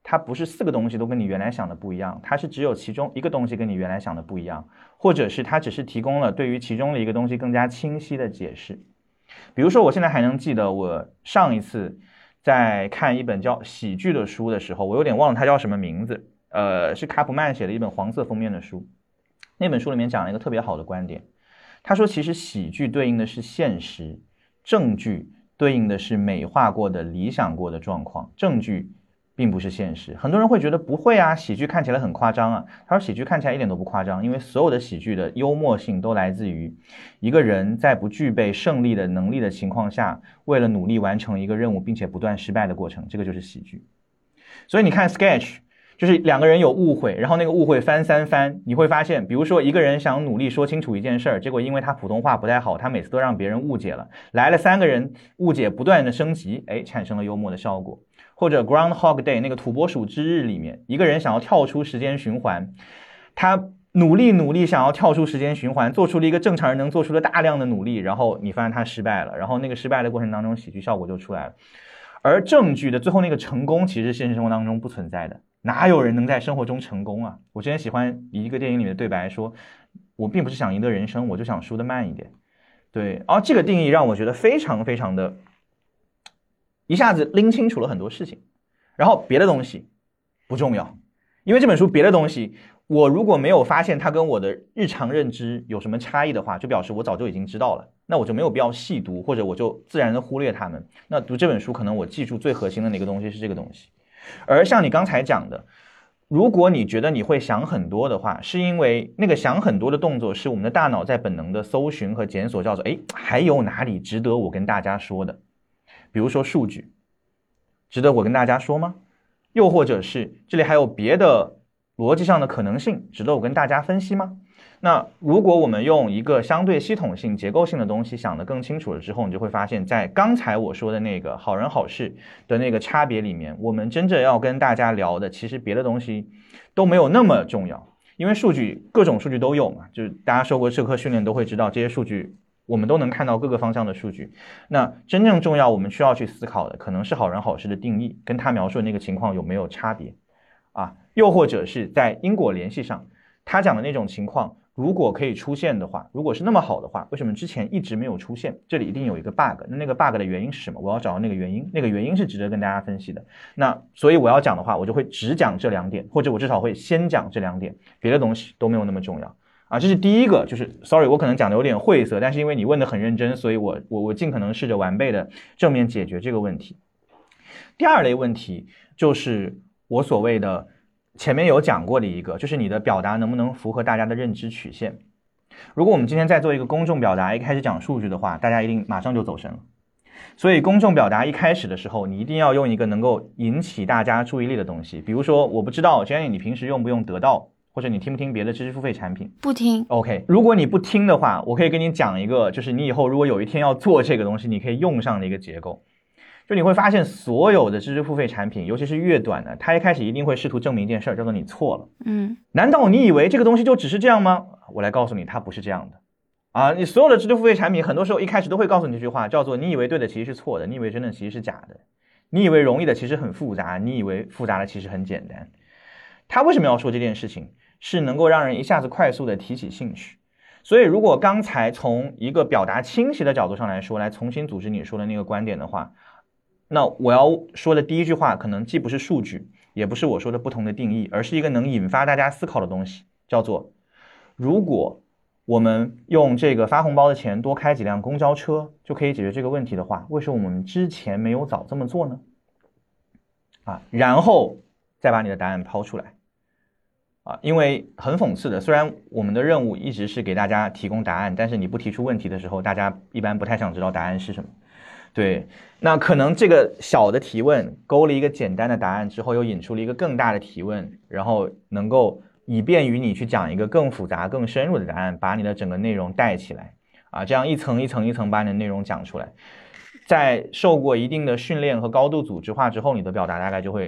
它不是4个东西都跟你原来想的不一样，它是只有其中一个东西跟你原来想的不一样，或者是它只是提供了对于其中的一个东西更加清晰的解释。比如说我现在还能记得我上一次在看一本叫喜剧的书的时候，我有点忘了它叫什么名字，是卡普曼写的一本黄色封面的书。那本书里面讲了一个特别好的观点，他说其实喜剧对应的是现实，正剧对应的是美化过的理想过的状况，正剧并不是现实。很多人会觉得不会啊，喜剧看起来很夸张啊。他说喜剧看起来一点都不夸张，因为所有的喜剧的幽默性都来自于一个人在不具备胜利的能力的情况下，为了努力完成一个任务并且不断失败的过程，这个就是喜剧。所以你看 sketch 就是2个人有误会，然后那个误会翻3番，你会发现比如说一个人想努力说清楚一件事儿，结果因为他普通话不太好，他每次都让别人误解了，来了3个人，误解不断的升级，产生了幽默的效果。或者 Groundhog Day 那个土拨鼠之日里面，一个人想要跳出时间循环，他努力想要跳出时间循环，做出了一个正常人能做出的大量的努力，然后你发现他失败了，然后那个失败的过程当中喜剧效果就出来了。而正剧的最后那个成功其实现实生活当中不存在的，哪有人能在生活中成功啊？我之前喜欢一个电影里面的对白说，我并不是想赢得人生，我就想输得慢一点。对，这个定义让我觉得非常非常的一下子拎清楚了很多事情。然后别的东西不重要，因为这本书别的东西我如果没有发现它跟我的日常认知有什么差异的话，就表示我早就已经知道了，那我就没有必要细读，或者我就自然的忽略它们。那读这本书可能我记住最核心的那个东西是这个东西。而像你刚才讲的，如果你觉得你会想很多的话，是因为那个想很多的动作是我们的大脑在本能的搜寻和检索，叫做还有哪里值得我跟大家说的。比如说数据值得我跟大家说吗？又或者是这里还有别的逻辑上的可能性值得我跟大家分析吗？那如果我们用一个相对系统性结构性的东西想得更清楚了之后，你就会发现在刚才我说的那个好人好事的那个差别里面，我们真正要跟大家聊的其实别的东西都没有那么重要。因为数据各种数据都有嘛，就是大家受过社科训练都会知道，这些数据我们都能看到各个方向的数据。那真正重要我们需要去思考的可能是好人好事的定义跟他描述的那个情况有没有差别又或者是在因果联系上，他讲的那种情况如果可以出现的话，如果是那么好的话，为什么之前一直没有出现？这里一定有一个 bug， 那个 bug 的原因是什么？我要找到那个原因，那个原因是值得跟大家分析的。那所以我要讲的话，我就会只讲这2点，或者我至少会先讲这2点，别的东西都没有那么重要这是第一个，就是 sorry 我可能讲的有点晦涩，但是因为你问的很认真，所以我尽可能试着完备的正面解决这个问题。第二类问题就是我所谓的前面有讲过的一个，就是你的表达能不能符合大家的认知曲线。如果我们今天在做一个公众表达，一开始讲数据的话，大家一定马上就走神了。所以公众表达一开始的时候，你一定要用一个能够引起大家注意力的东西。比如说我不知道 Jenny 你平时用不用得到，或者你听不听别的知识付费产品？ 不听。 OK， 如果你不听的话，我可以跟你讲一个，就是你以后如果有一天要做这个东西你可以用上的一个结构。就你会发现所有的知识付费产品，尤其是越短的，它一开始一定会试图证明一件事，叫做你错了。难道你以为这个东西就只是这样吗？我来告诉你，它不是这样的你所有的知识付费产品很多时候一开始都会告诉你这句话，叫做你以为对的其实是错的，你以为真的其实是假的，你以为容易的其实很复杂，你以为复杂的其实很简单。他为什么要说这件事情？是能够让人一下子快速的提起兴趣。所以如果刚才从一个表达清晰的角度上来说，来重新组织你说的那个观点的话，那我要说的第一句话可能既不是数据，也不是我说的不同的定义，而是一个能引发大家思考的东西，叫做如果我们用这个发红包的钱多开几辆公交车就可以解决这个问题的话，为什么我们之前没有早这么做呢？然后再把你的答案抛出来因为很讽刺的，虽然我们的任务一直是给大家提供答案，但是你不提出问题的时候，大家一般不太想知道答案是什么。对，那可能这个小的提问勾了一个简单的答案之后，又引出了一个更大的提问，然后能够以便于你去讲一个更复杂更深入的答案，把你的整个内容带起来这样一层一层一层把你的内容讲出来。在受过一定的训练和高度组织化之后，你的表达大概就会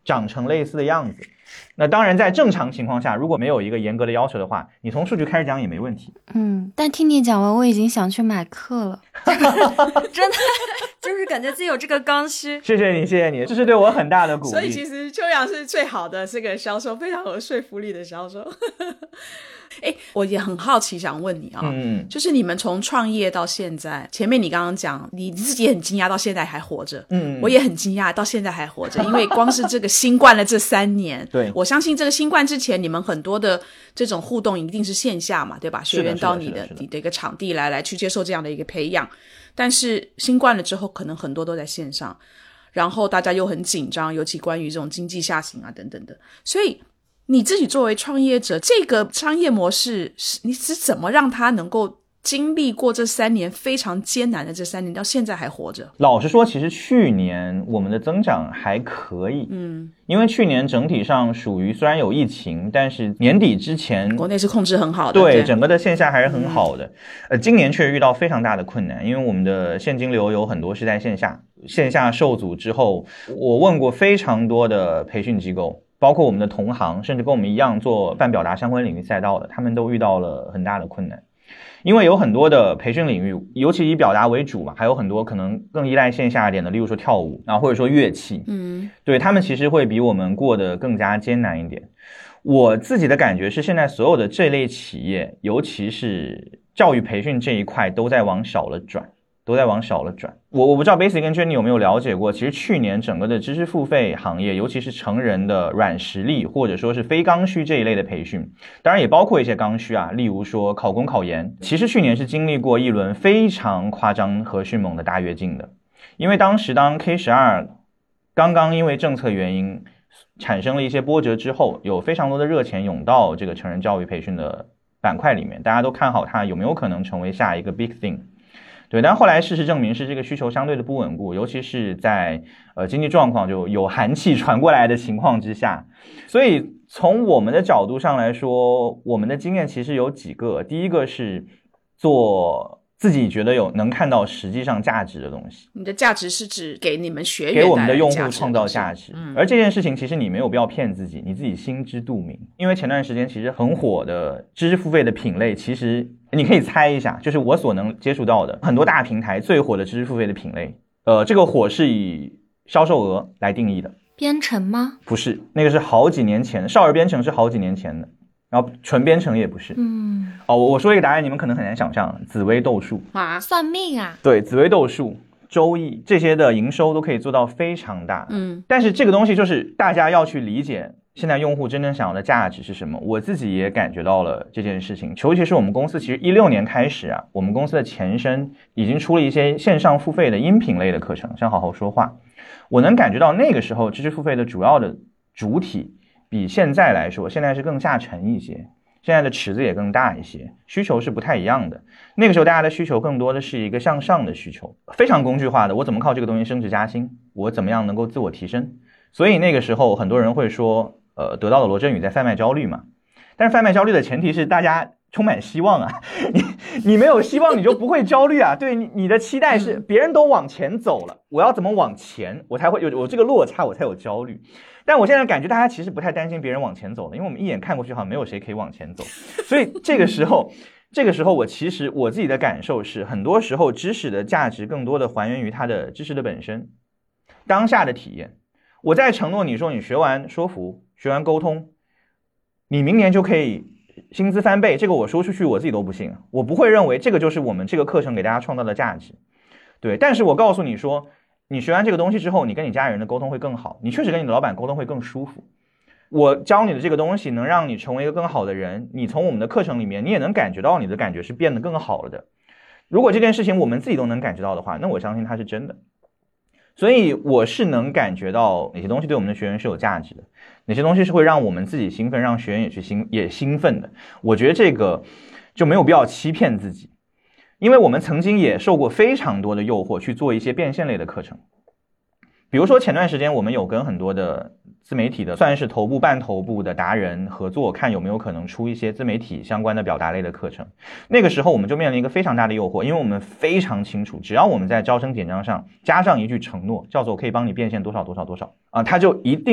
长成类似的样子。那当然在正常情况下，如果没有一个严格的要求的话，你从数据开始讲也没问题。 但听你讲完我已经想去买课了真的就是感觉自己有这个刚需。 谢谢你，谢谢你，这是对我很大的鼓励。 所以其实秋阳是最好的这个销售，非常有说服力的销售我也很好奇想问你啊，就是你们从创业到现在，前面你刚刚讲你自己也很惊讶到现在还活着，我也很惊讶到现在还活着，因为光是这个新冠的这3年对， 我相信这个新冠之前你们很多的这种互动一定是线下嘛，对吧？学员到你的一个场地来去接受这样的一个培养，但是新冠了之后可能很多都在线上，然后大家又很紧张，尤其关于这种经济下行啊等等的，所以你自己作为创业者，这个商业模式你是怎么让它能够经历过这3年非常艰难的这3年到现在还活着？ 老实说，其实去年我们的增长还可以，因为去年整体上属于虽然有疫情，但是年底之前国内是控制很好的， 对，整个的线下还是很好的。今年却遇到非常大的困难，因为我们的现金流有很多是在线下受阻之后，我问过非常多的培训机构，包括我们的同行，甚至跟我们一样做半表达相关领域赛道的，他们都遇到了很大的困难。因为有很多的培训领域，尤其以表达为主嘛，还有很多可能更依赖线下一点的，例如说跳舞或者说乐器，对，他们其实会比我们过得更加艰难一点。我自己的感觉是，现在所有的这类企业，尤其是教育培训这一块，都在往小了转。我不知道 Basic 跟 Jenny 有没有了解过，其实去年整个的知识付费行业，尤其是成人的软实力或者说是非刚需这一类的培训，当然也包括一些刚需啊，例如说考公考研，其实去年是经历过一轮非常夸张和迅猛的大跃进的。因为当 K12 刚刚因为政策原因产生了一些波折之后，有非常多的热钱涌到这个成人教育培训的板块里面，大家都看好它有没有可能成为下一个 big thing。对，但后来事实证明是这个需求相对的不稳固，尤其是在经济状况就有寒气传过来的情况之下。所以从我们的角度上来说，我们的经验其实有几个。第一个是做自己觉得能看到实际上价值的东西。 你的价值是指给你们学员给我们的用户创造价值，而这件事情其实你没有必要骗自己，你自己心知肚明。因为前段时间其实很火的知识付费的品类，其实你可以猜一下，就是我所能接触到的很多大平台最火的知识付费的品类，这个火是以销售额来定义的。 编程吗？ 不是，那个是好几年前的，少儿编程是好几年前的，然后纯编程也不是。我说一个答案，你们可能很难想象，紫微斗数啊，算命啊。 对，紫微斗数、周易这些的营收都可以做到非常大。但是这个东西就是大家要去理解现在用户真正想要的价值是什么。我自己也感觉到了这件事情，尤其是我们公司其实16年开始啊，我们公司的前身已经出了一些线上付费的音频类的课程，像好好说话。我能感觉到那个时候知识付费的主要的主体比现在来说，现在是更下沉一些，现在的池子也更大一些，需求是不太一样的。那个时候大家的需求更多的是一个向上的需求，非常工具化的，我怎么靠这个东西升职加薪，我怎么样能够自我提升。所以那个时候很多人会说得到的罗振宇在贩卖焦虑嘛。但是贩卖焦虑的前提是大家充满希望啊，你没有希望你就不会焦虑啊。对，你的期待是别人都往前走了，我要怎么往前，我才会有这个落差，我才有焦虑。但我现在感觉大家其实不太担心别人往前走了，因为我们一眼看过去好像没有谁可以往前走。所以这个时候我自己的感受是，很多时候知识的价值更多的还原于它的知识的本身，当下的体验。我在承诺你说你学完说服，学完沟通，你明年就可以薪资翻倍，这个我说出去我自己都不信，我不会认为这个就是我们这个课程给大家创造的价值。对，但是我告诉你说，你学完这个东西之后，你跟你家人的沟通会更好，你确实跟你的老板沟通会更舒服。我教你的这个东西能让你成为一个更好的人，你从我们的课程里面你也能感觉到你的感觉是变得更好了的。如果这件事情我们自己都能感觉到的话，那我相信它是真的。所以我是能感觉到哪些东西对我们的学员是有价值的，哪些东西是会让我们自己兴奋，让学员也兴奋的。我觉得这个就没有必要欺骗自己，因为我们曾经也受过非常多的诱惑去做一些变现类的课程。比如说前段时间我们有跟很多的自媒体的算是头部半头部的达人合作，看有没有可能出一些自媒体相关的表达类的课程。那个时候我们就面临一个非常大的诱惑，因为我们非常清楚，只要我们在招生简章上加上一句承诺，叫做可以帮你变现多少多少多少啊，它就一定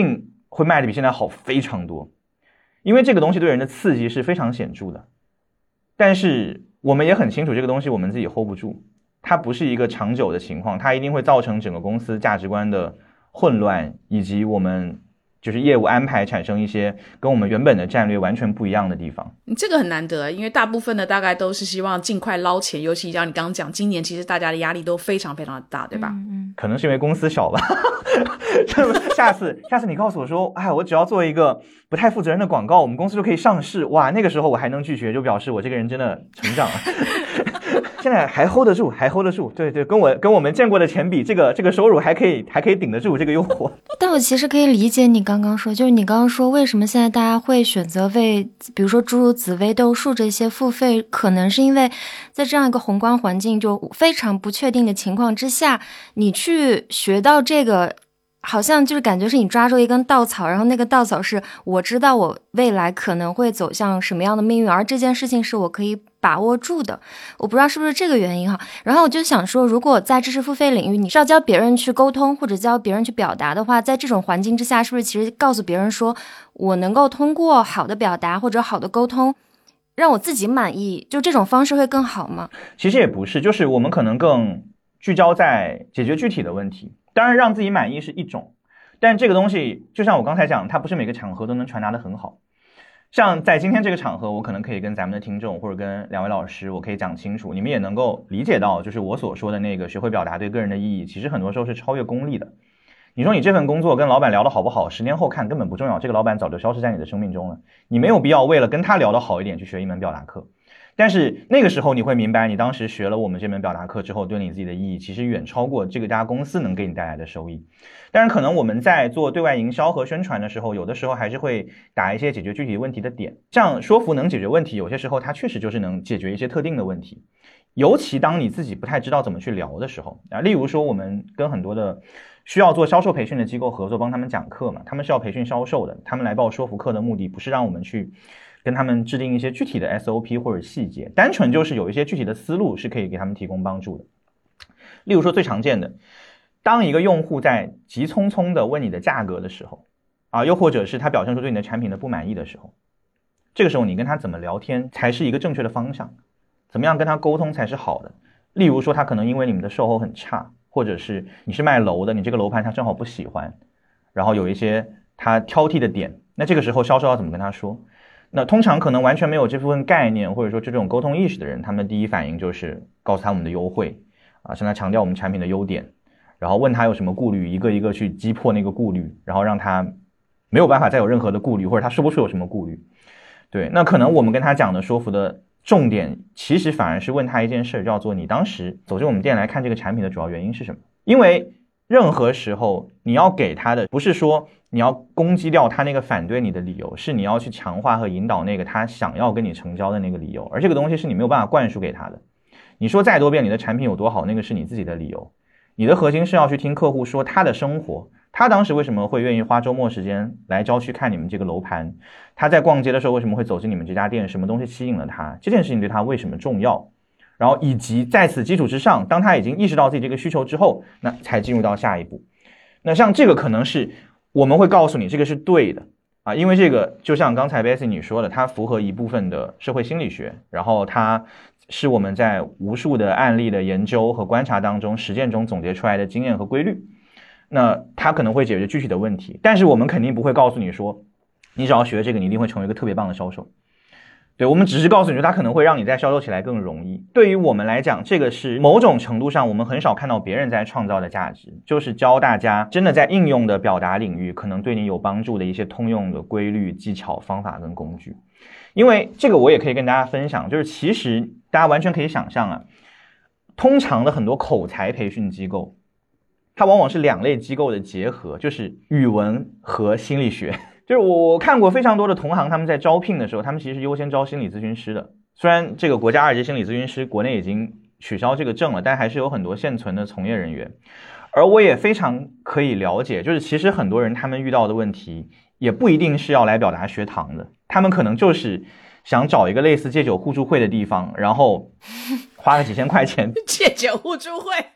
会卖的比现在好非常多，因为这个东西对人的刺激是非常显著的。但是我们也很清楚这个东西我们自己 hold 不住，它不是一个长久的情况，它一定会造成整个公司价值观的混乱，以及我们就是业务安排产生一些跟我们原本的战略完全不一样的地方。 这个很难得，因为大部分的大概都是希望尽快捞钱，尤其像你刚刚讲，今年其实大家的压力都非常非常的大，对吧？ 可能是因为公司小吧。下次你告诉我说，哎，我只要做一个不太负责任的广告，我们公司就可以上市，哇，那个时候我还能拒绝，就表示我这个人真的成长了。现在还 hold 得住，对对，跟我们见过的钱比，这个收入还可以顶得住这个诱惑。 但我其实可以理解你刚刚说，就是你刚刚说为什么现在大家会选择为比如说诸如紫微斗数这些付费，可能是因为在这样一个宏观环境就非常不确定的情况之下，你去学到这个好像就是感觉是你抓住一根稻草，然后那个稻草是我知道我未来可能会走向什么样的命运，而这件事情是我可以把握住的。我不知道是不是这个原因哈。然后我就想说，如果在知识付费领域你是要教别人去沟通或者教别人去表达的话，在这种环境之下，是不是其实告诉别人说我能够通过好的表达或者好的沟通让我自己满意，就这种方式会更好吗？ 其实也不是，就是我们可能更聚焦在解决具体的问题。当然让自己满意是一种，但这个东西就像我刚才讲，它不是每个场合都能传达得很好。像在今天这个场合，我可能可以跟咱们的听众或者跟两位老师，我可以讲清楚，你们也能够理解到，就是我所说的那个学会表达对个人的意义，其实很多时候是超越功利的。你说你这份工作跟老板聊得好不好，10年后看根本不重要，这个老板早就消失在你的生命中了，你没有必要为了跟他聊得好一点去学一门表达课。但是那个时候你会明白，你当时学了我们这门表达课之后，对你自己的意义其实远超过这个家公司能给你带来的收益。当然可能我们在做对外营销和宣传的时候，有的时候还是会打一些解决具体问题的点，像说服能解决问题，有些时候它确实就是能解决一些特定的问题，尤其当你自己不太知道怎么去聊的时候啊。例如说我们跟很多的需要做销售培训的机构合作，帮他们讲课嘛，他们是要培训销售的，他们来报说服课的目的不是让我们去跟他们制定一些具体的 SOP 或者细节，单纯就是有一些具体的思路是可以给他们提供帮助的。例如说最常见的，当一个用户在急匆匆的问你的价格的时候啊，又或者是他表现出对你的产品的不满意的时候，这个时候你跟他怎么聊天才是一个正确的方向，怎么样跟他沟通才是好的。例如说他可能因为你们的售后很差，或者是你是卖楼的，你这个楼盘他正好不喜欢，然后有一些他挑剔的点，那这个时候销售要怎么跟他说？那通常可能完全没有这部分概念或者说这种沟通意识的人，他们第一反应就是告诉他我们的优惠啊，向他强调我们产品的优点，然后问他有什么顾虑，一个一个去击破那个顾虑，然后让他没有办法再有任何的顾虑，或者他说不出有什么顾虑。对，那可能我们跟他讲的说服的重点其实反而是问他一件事，叫做你当时走进我们店来看这个产品的主要原因是什么。因为任何时候你要给他的不是说你要攻击掉他那个反对你的理由，是你要去强化和引导那个他想要跟你成交的那个理由，而这个东西是你没有办法灌输给他的。你说再多遍你的产品有多好，那个是你自己的理由，你的核心是要去听客户说他的生活，他当时为什么会愿意花周末时间来郊区看你们这个楼盘，他在逛街的时候为什么会走进你们这家店，什么东西吸引了他，这件事情对他为什么重要，然后以及在此基础之上，当他已经意识到自己这个需求之后，那才进入到下一步。那像这个可能是我们会告诉你这个是对的啊，因为这个就像刚才 Bessy 你说的，它符合一部分的社会心理学，然后它是我们在无数的案例的研究和观察当中实践中总结出来的经验和规律，那它可能会解决具体的问题，但是我们肯定不会告诉你说你只要学这个你一定会成为一个特别棒的销售。对，我们只是告诉你说它可能会让你在销售起来更容易。对于我们来讲，这个是某种程度上我们很少看到别人在创造的价值，就是教大家真的在应用的表达领域可能对你有帮助的一些通用的规律、技巧、方法跟工具。因为这个我也可以跟大家分享，就是其实大家完全可以想象啊，通常的很多口才培训机构，它往往是两类机构的结合，就是语文和心理学。就是我看过非常多的同行，他们在招聘的时候，他们其实优先招心理咨询师的。虽然这个国家2级心理咨询师国内已经取消这个证了，但还是有很多现存的从业人员。而我也非常可以了解，就是其实很多人他们遇到的问题也不一定是要来表达学堂的，他们可能就是想找一个类似戒酒互助会的地方，然后花个几千块钱戒酒互助会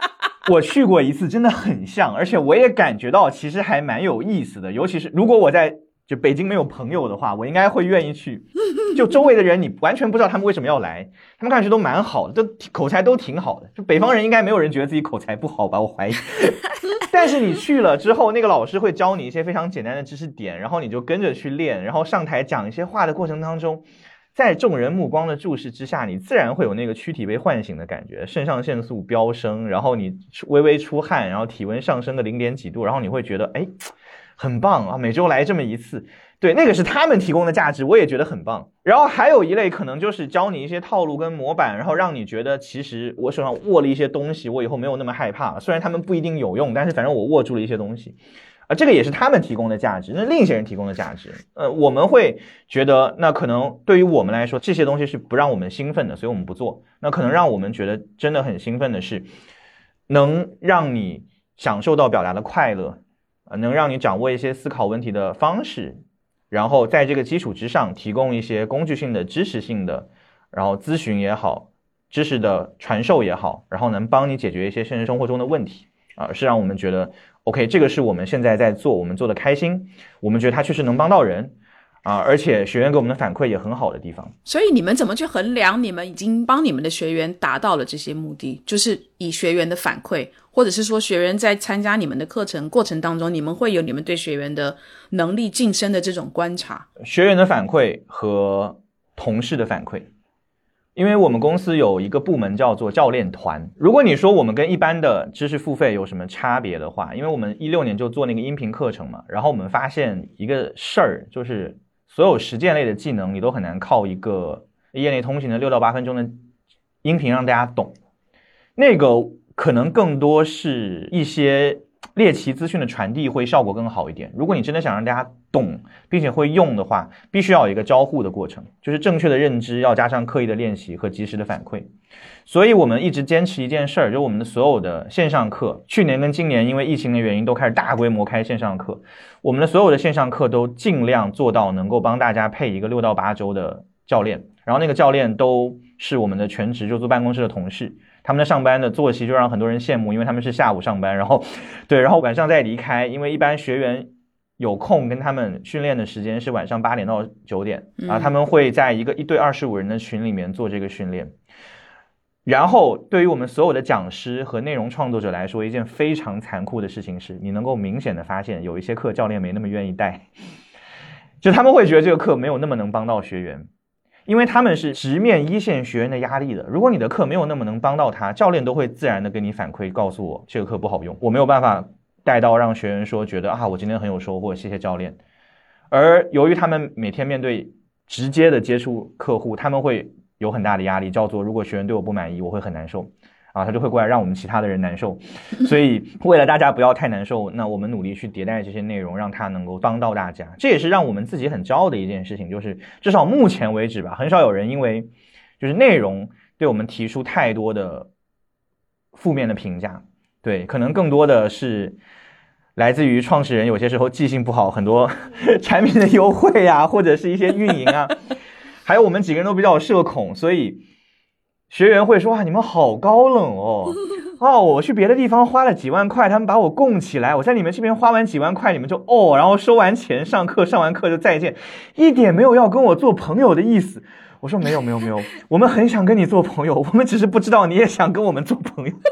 我去过一次，真的很像，而且我也感觉到其实还蛮有意思的。尤其是如果我在就北京没有朋友的话，我应该会愿意去。就周围的人，你完全不知道他们为什么要来，他们看上去都蛮好的，都口才都挺好的。就北方人应该没有人觉得自己口才不好吧，我怀疑。但是你去了之后，那个老师会教你一些非常简单的知识点，然后你就跟着去练，然后上台讲一些话的过程当中，在众人目光的注视之下，你自然会有那个躯体被唤醒的感觉，肾上腺素飙升，然后你微微出汗，然后体温上升个0点几度，然后你会觉得哎，很棒啊，每周来这么一次。对，那个是他们提供的价值，我也觉得很棒。然后还有一类可能就是教你一些套路跟模板，然后让你觉得其实我手上握了一些东西，我以后没有那么害怕了。虽然他们不一定有用，但是反正我握住了一些东西。这个也是他们提供的价值，那另一些人提供的价值。我们会觉得那可能对于我们来说这些东西是不让我们兴奋的，所以我们不做。那可能让我们觉得真的很兴奋的是能让你享受到表达的快乐，能让你掌握一些思考问题的方式，然后在这个基础之上提供一些工具性的知识性的，然后咨询也好，知识的传授也好，然后能帮你解决一些现实生活中的问题是让我们觉得 OK， 这个是我们现在在做，我们做的开心，我们觉得它确实能帮到人而且学员给我们的反馈也很好的地方。 所以你们怎么去衡量你们已经帮你们的学员达到了这些目的？就是以学员的反馈，或者是说学员在参加你们的课程过程当中，你们会有你们对学员的能力晋升的这种观察？ 学员的反馈和同事的反馈，因为我们公司有一个部门叫做教练团。如果你说我们跟一般的知识付费有什么差别的话，因为我们16年就做那个音频课程嘛，然后我们发现一个事儿，就是所有实践类的技能你都很难靠一个业内通行的6到8分钟的音频让大家懂，那个可能更多是一些猎奇资讯的传递会效果更好一点。如果你真的想让大家懂并且会用的话，必须要有一个交互的过程，就是正确的认知要加上刻意的练习和及时的反馈。所以我们一直坚持一件事儿，就是我们的所有的线上课，去年跟今年因为疫情的原因都开始大规模开线上课，我们的所有的线上课都尽量做到能够帮大家配一个6到8周的教练，然后那个教练都是我们的全职就坐办公室的同事，他们的上班的作息就让很多人羡慕，因为他们是下午上班，然后晚上再离开，因为一般学员有空跟他们训练的时间是晚上8点到9点他们会在一对25人的群里面做这个训练。然后对于我们所有的讲师和内容创作者来说，一件非常残酷的事情是，你能够明显的发现有一些课教练没那么愿意带，就他们会觉得这个课没有那么能帮到学员，因为他们是直面一线学员的压力的。如果你的课没有那么能帮到他，教练都会自然的给你反馈告诉我这个课不好用，我没有办法带到让学员说觉得我今天很有收获，谢谢教练。而由于他们每天面对直接的接触客户，他们会有很大的压力，叫做如果学员对我不满意我会很难受他就会过来让我们其他的人难受。所以为了大家不要太难受，那我们努力去迭代这些内容，让它能够帮到大家。这也是让我们自己很骄傲的一件事情，就是至少目前为止吧，很少有人因为就是内容对我们提出太多的负面的评价。对，可能更多的是来自于创始人有些时候记性不好，很多产品的优惠或者是一些运营还有我们几个人都比较社恐，所以学员会说你们好高冷我去别的地方花了几万块，他们把我供起来，我在你们这边花完几万块，你们就然后收完钱上课，上完课就再见，一点没有要跟我做朋友的意思。我说没有，我们很想跟你做朋友，我们只是不知道你也想跟我们做朋友。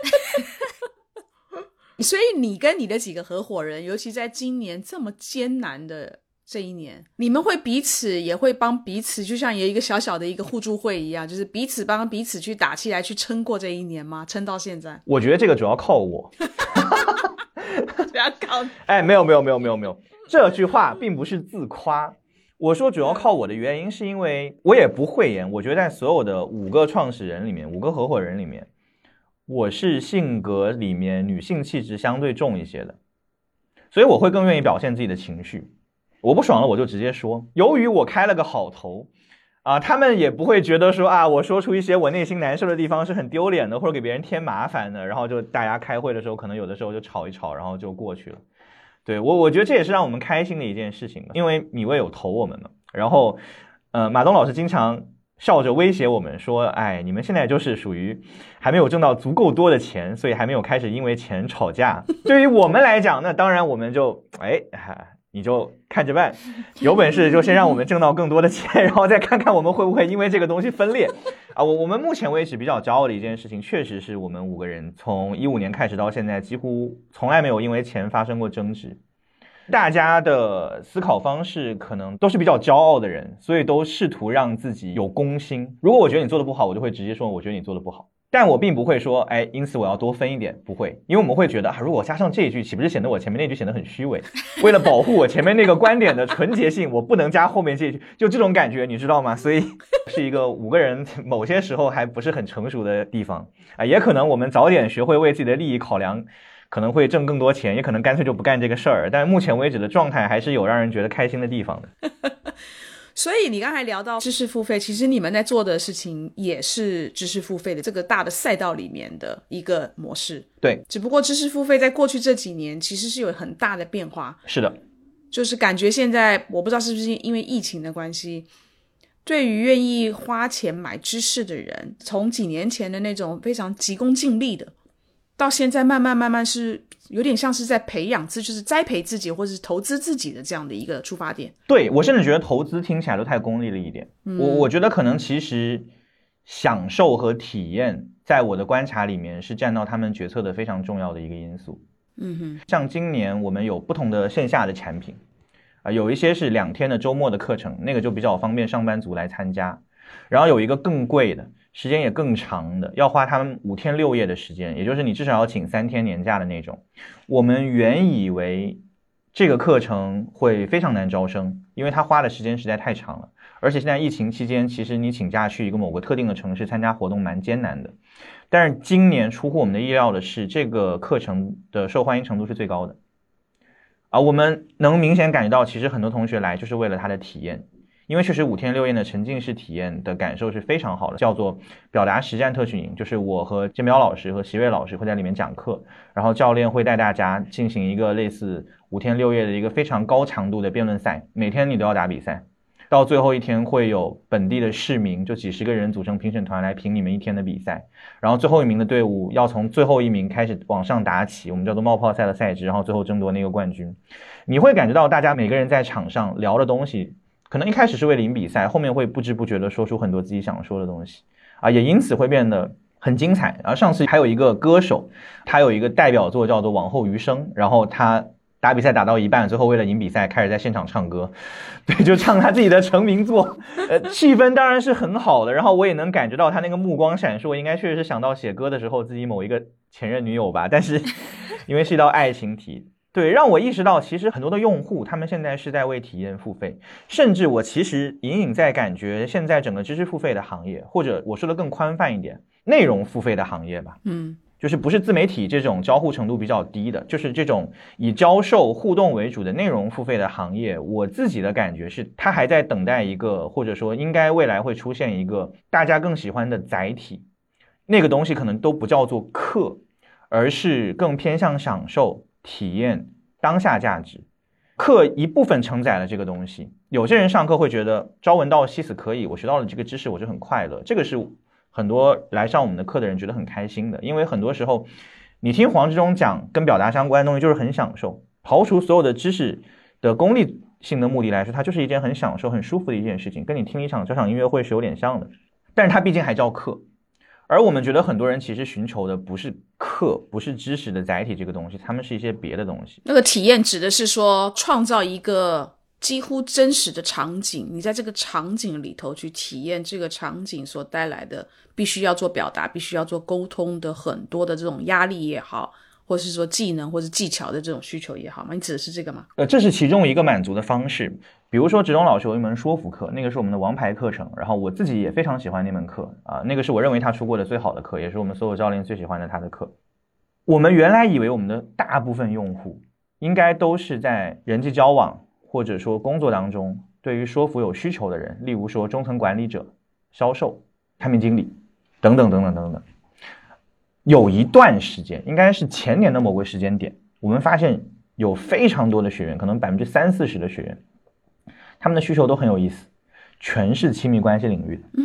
所以你跟你的几个合伙人，尤其在今年这么艰难的这一年，你们会彼此也会帮彼此，就像有一个小小的一个互助会一样，就是彼此帮彼此去打气来去撑过这一年吗？撑到现在？ 我觉得这个主要靠我。 不要靠没有，这句话并不是自夸。我说主要靠我的原因是因为我也不讳言，我觉得在所有的5个创始人里面，5个合伙人里面，我是性格里面女性气质相对重一些的，所以我会更愿意表现自己的情绪。我不爽了我就直接说，由于我开了个好头他们也不会觉得说我说出一些我内心难受的地方是很丢脸的，或者给别人添麻烦的，然后就大家开会的时候可能有的时候就吵一吵，然后就过去了。对，我觉得这也是让我们开心的一件事情，因为米未有投我们嘛。然后马东老师经常笑着威胁我们说，哎，你们现在就是属于还没有挣到足够多的钱，所以还没有开始因为钱吵架。对于我们来讲，那当然我们就你就看着办，有本事就先让我们挣到更多的钱，然后再看看我们会不会因为这个东西分裂啊。我们目前为止比较骄傲的一件事情，确实是我们5个人从15年开始到现在，几乎从来没有因为钱发生过争执。大家的思考方式可能都是比较骄傲的人，所以都试图让自己有公心。如果我觉得你做的不好，我就会直接说我觉得你做的不好，但我并不会说因此我要多分一点，不会，因为我们会觉得如果我加上这一句，岂不是显得我前面那句显得很虚伪？为了保护我前面那个观点的纯洁性，我不能加后面这一句，就这种感觉，你知道吗？所以是一个5个人某些时候还不是很成熟的地方也可能我们早点学会为自己的利益考量，可能会挣更多钱，也可能干脆就不干这个事儿。但目前为止的状态还是有让人觉得开心的地方的。 所以你刚才聊到知识付费，其实你们在做的事情也是知识付费的这个大的赛道里面的一个模式。 对， 只不过知识付费在过去这几年其实是有很大的变化。 是的， 就是感觉现在我不知道是不是因为疫情的关系，对于愿意花钱买知识的人，从几年前的那种非常急功近利的，到现在慢慢是有点像是在培养就是栽培自己或者是投资自己的这样的一个出发点。 对，我甚至觉得投资听起来都太功利了一点。我觉得可能其实享受和体验在我的观察里面是占到他们决策的非常重要的一个因素。像今年我们有不同的线下的产品有一些是2天的周末的课程，那个就比较方便上班族来参加，然后有一个更贵的，时间也更长的，要花他们5天6夜的时间，也就是你至少要请3天年假的那种。我们原以为这个课程会非常难招生，因为它花的时间实在太长了，而且现在疫情期间，其实你请假去一个某个特定的城市参加活动蛮艰难的。但是今年出乎我们的意料的是，这个课程的受欢迎程度是最高的我们能明显感觉到，其实很多同学来就是为了他的体验，因为确实5天6夜的沉浸式体验的感受是非常好的，叫做表达实战特训营，就是我和建彪老师和席瑞老师会在里面讲课，然后教练会带大家进行一个类似5天6夜的一个非常高强度的辩论赛，每天你都要打比赛，到最后一天会有本地的市民，就几十个人组成评审团来评你们一天的比赛，然后最后一名的队伍要从最后一名开始往上打起，我们叫做冒泡赛的赛制，然后最后争夺那个冠军。你会感觉到大家每个人在场上聊的东西，可能一开始是为了赢比赛，后面会不知不觉的说出很多自己想说的东西也因此会变得很精彩。然后上次还有一个歌手，他有一个代表作叫做往后余生，然后他打比赛打到一半，最后为了赢比赛开始在现场唱歌，对，就唱他自己的成名作气氛当然是很好的，然后我也能感觉到他那个目光闪烁，应该确实是想到写歌的时候自己某一个前任女友吧，但是因为是一道爱情题，对，让我意识到其实很多的用户他们现在是在为体验付费，甚至我其实隐隐在感觉现在整个知识付费的行业，或者我说的更宽泛一点，内容付费的行业吧，就是不是自媒体这种交互程度比较低的，就是这种以教授互动为主的内容付费的行业，我自己的感觉是它还在等待一个，或者说应该未来会出现一个大家更喜欢的载体，那个东西可能都不叫做课，而是更偏向享受体验当下价值。课一部分承载了这个东西，有些人上课会觉得朝闻道夕死可以，我学到了这个知识我就很快乐，这个是很多来上我们的课的人觉得很开心的，因为很多时候你听黄志忠讲跟表达相关的东西就是很享受，刨除所有的知识的功利性的目的来说，它就是一件很享受很舒服的一件事情，跟你听一场交响音乐会是有点像的，但是它毕竟还叫课。而我们觉得很多人其实寻求的不是课，不是知识的载体这个东西，他们是一些别的东西。 那个体验指的是说创造一个几乎真实的场景，你在这个场景里头去体验这个场景所带来的必须要做表达，必须要做沟通的很多的这种压力也好，或是说技能或是技巧的这种需求也好吗？你指的是这个吗？ 这是其中一个满足的方式。比如说植东老师有一门说服课，那个是我们的王牌课程，然后我自己也非常喜欢那门课那个是我认为他出过的最好的课，也是我们所有教练最喜欢的他的课。我们原来以为我们的大部分用户应该都是在人际交往或者说工作当中对于说服有需求的人，例如说中层管理者、销售、产品经理等等等等等等。有一段时间，应该是前年的某个时间点，我们发现有非常多的学员，可能30-40%的学员，他们的需求都很有意思，全是亲密关系领域的。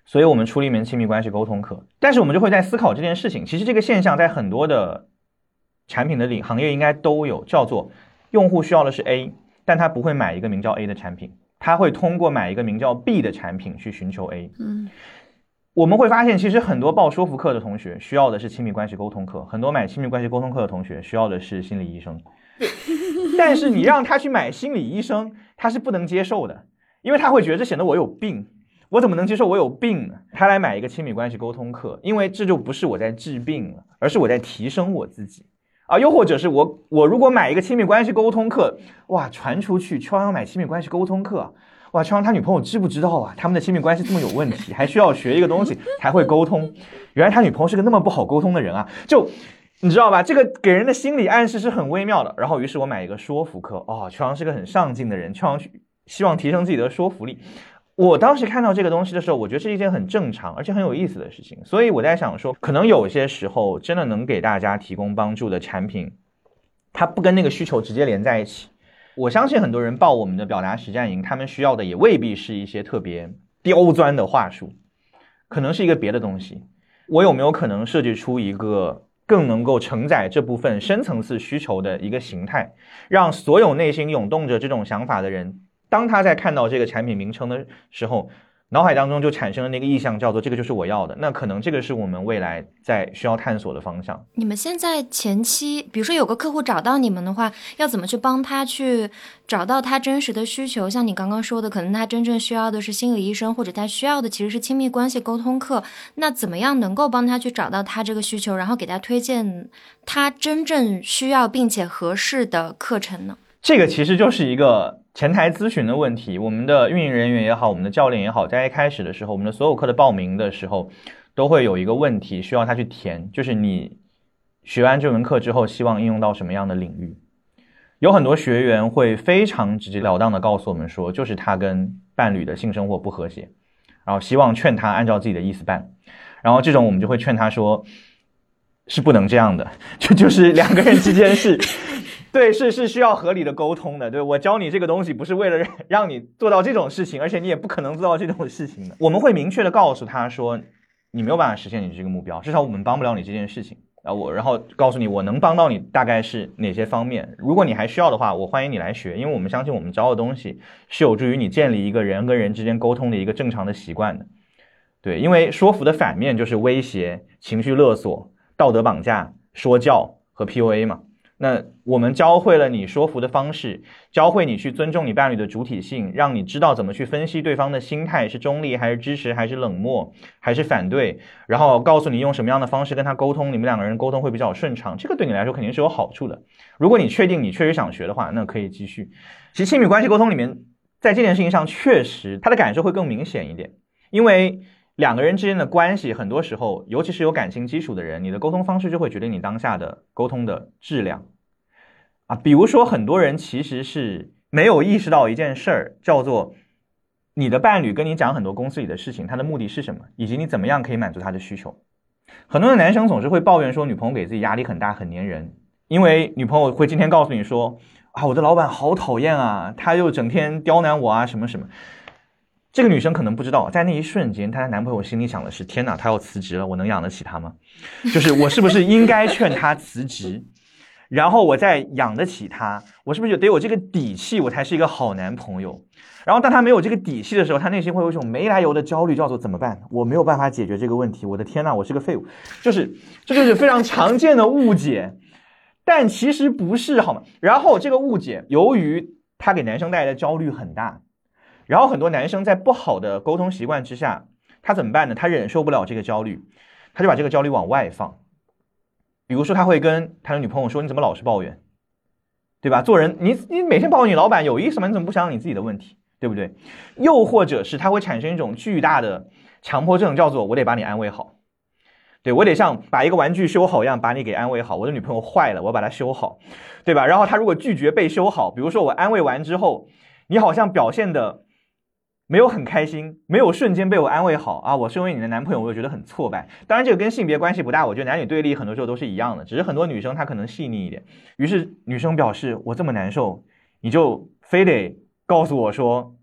所以我们出了一门亲密关系沟通课。但是我们就会在思考这件事情，其实这个现象在很多的产品的行业应该都有，叫做用户需要的是 A， 但他不会买一个名叫 A 的产品，他会通过买一个名叫 B 的产品去寻求 A。我们会发现其实很多报说服课的同学需要的是亲密关系沟通课，很多买亲密关系沟通课的同学需要的是心理医生。但是你让他去买心理医生，他是不能接受的，因为他会觉得这显得我有病，我怎么能接受我有病呢？他来买一个亲密关系沟通课，因为这就不是我在治病了，而是我在提升我自己啊。又或者是我如果买一个亲密关系沟通课，哇，传出去秋阳要买亲密关系沟通课，哇，秋阳他女朋友知不知道啊？他们的亲密关系这么有问题，还需要学一个东西才会沟通。原来他女朋友是个那么不好沟通的人啊，就你知道吧？这个给人的心理暗示是很微妙的。然后于是我买一个说服课，秋阳是个很上进的人，秋阳希望提升自己的说服力。我当时看到这个东西的时候，我觉得是一件很正常而且很有意思的事情。所以我在想说，可能有些时候真的能给大家提供帮助的产品，它不跟那个需求直接连在一起。我相信很多人报我们的表达实战营，他们需要的也未必是一些特别刁钻的话术，可能是一个别的东西。我有没有可能设计出一个更能够承载这部分深层次需求的一个形态，让所有内心涌动着这种想法的人，当他在看到这个产品名称的时候，脑海当中就产生了那个意象，叫做这个就是我要的。那可能这个是我们未来在需要探索的方向。 你们现在前期比如说有个客户找到你们的话，要怎么去帮他去找到他真实的需求？像你刚刚说的，可能他真正需要的是心理医生，或者他需要的其实是亲密关系沟通课。那怎么样能够帮他去找到他这个需求，然后给他推荐他真正需要并且合适的课程呢？ 这个其实就是一个前台咨询的问题。我们的运营人员也好，我们的教练也好，在一开始的时候，我们的所有课的报名的时候都会有一个问题需要他去填，就是你学完这门课之后希望应用到什么样的领域。有很多学员会非常直截了当的告诉我们说，就是他跟伴侣的性生活不和谐，然后希望劝他按照自己的意思办。然后这种我们就会劝他说，是不能这样的，就是两个人之间是对，是需要合理的沟通的。对，我教你这个东西不是为了让你做到这种事情，而且你也不可能做到这种事情的。我们会明确的告诉他说，你没有办法实现你这个目标，至少我们帮不了你这件事情。然后告诉你我能帮到你大概是哪些方面。如果你还需要的话，我欢迎你来学，因为我们相信我们教的东西是有助于你建立一个人跟人之间沟通的一个正常的习惯的。对，因为说服的反面就是威胁、情绪勒索、道德绑架、说教和 PUA 嘛。那我们教会了你说服的方式，教会你去尊重你伴侣的主体性，让你知道怎么去分析对方的心态，是中立还是支持还是冷漠还是反对，然后告诉你用什么样的方式跟他沟通，你们两个人沟通会比较顺畅。这个对你来说肯定是有好处的。如果你确定你确实想学的话，那可以继续。其实亲密关系沟通里面，在这件事情上确实他的感受会更明显一点，因为两个人之间的关系很多时候，尤其是有感情基础的人，你的沟通方式就会决定你当下的沟通的质量啊。比如说很多人其实是没有意识到一件事儿，叫做你的伴侣跟你讲很多公司里的事情，他的目的是什么，以及你怎么样可以满足他的需求。很多的男生总是会抱怨说女朋友给自己压力很大，很粘人，因为女朋友会今天告诉你说啊，我的老板好讨厌啊，他又整天刁难我啊，什么什么。这个女生可能不知道，在那一瞬间她的男朋友心里想的是，天哪，他要辞职了，我能养得起他吗？就是我是不是应该劝他辞职，然后我再养得起他，我是不是得有这个底气，我才是一个好男朋友。然后当他没有这个底气的时候，他内心会有一种没来由的焦虑，叫做怎么办，我没有办法解决这个问题，我的天哪，我是个废物。这就是非常常见的误解，但其实不是，好吗？然后这个误解由于他给男生带来的焦虑很大，然后很多男生在不好的沟通习惯之下，他怎么办呢？他忍受不了这个焦虑，他就把这个焦虑往外放。比如说他会跟他的女朋友说，你怎么老是抱怨，对吧？做人你每天抱怨你老板有意思吗？你怎么不想想你自己的问题，对不对？又或者是他会产生一种巨大的强迫症，叫做我得把你安慰好，对，我得像把一个玩具修好一样把你给安慰好。我的女朋友坏了，我要把它修好，对吧？然后他如果拒绝被修好，比如说我安慰完之后，你好像表现的没有很开心，没有瞬间被我安慰好啊！我身为你的男朋友，我就觉得很挫败。当然这个跟性别关系不大，我觉得男女对立很多时候都是一样的，只是很多女生她可能细腻一点。于是女生表示，我这么难受，你就非得告诉我说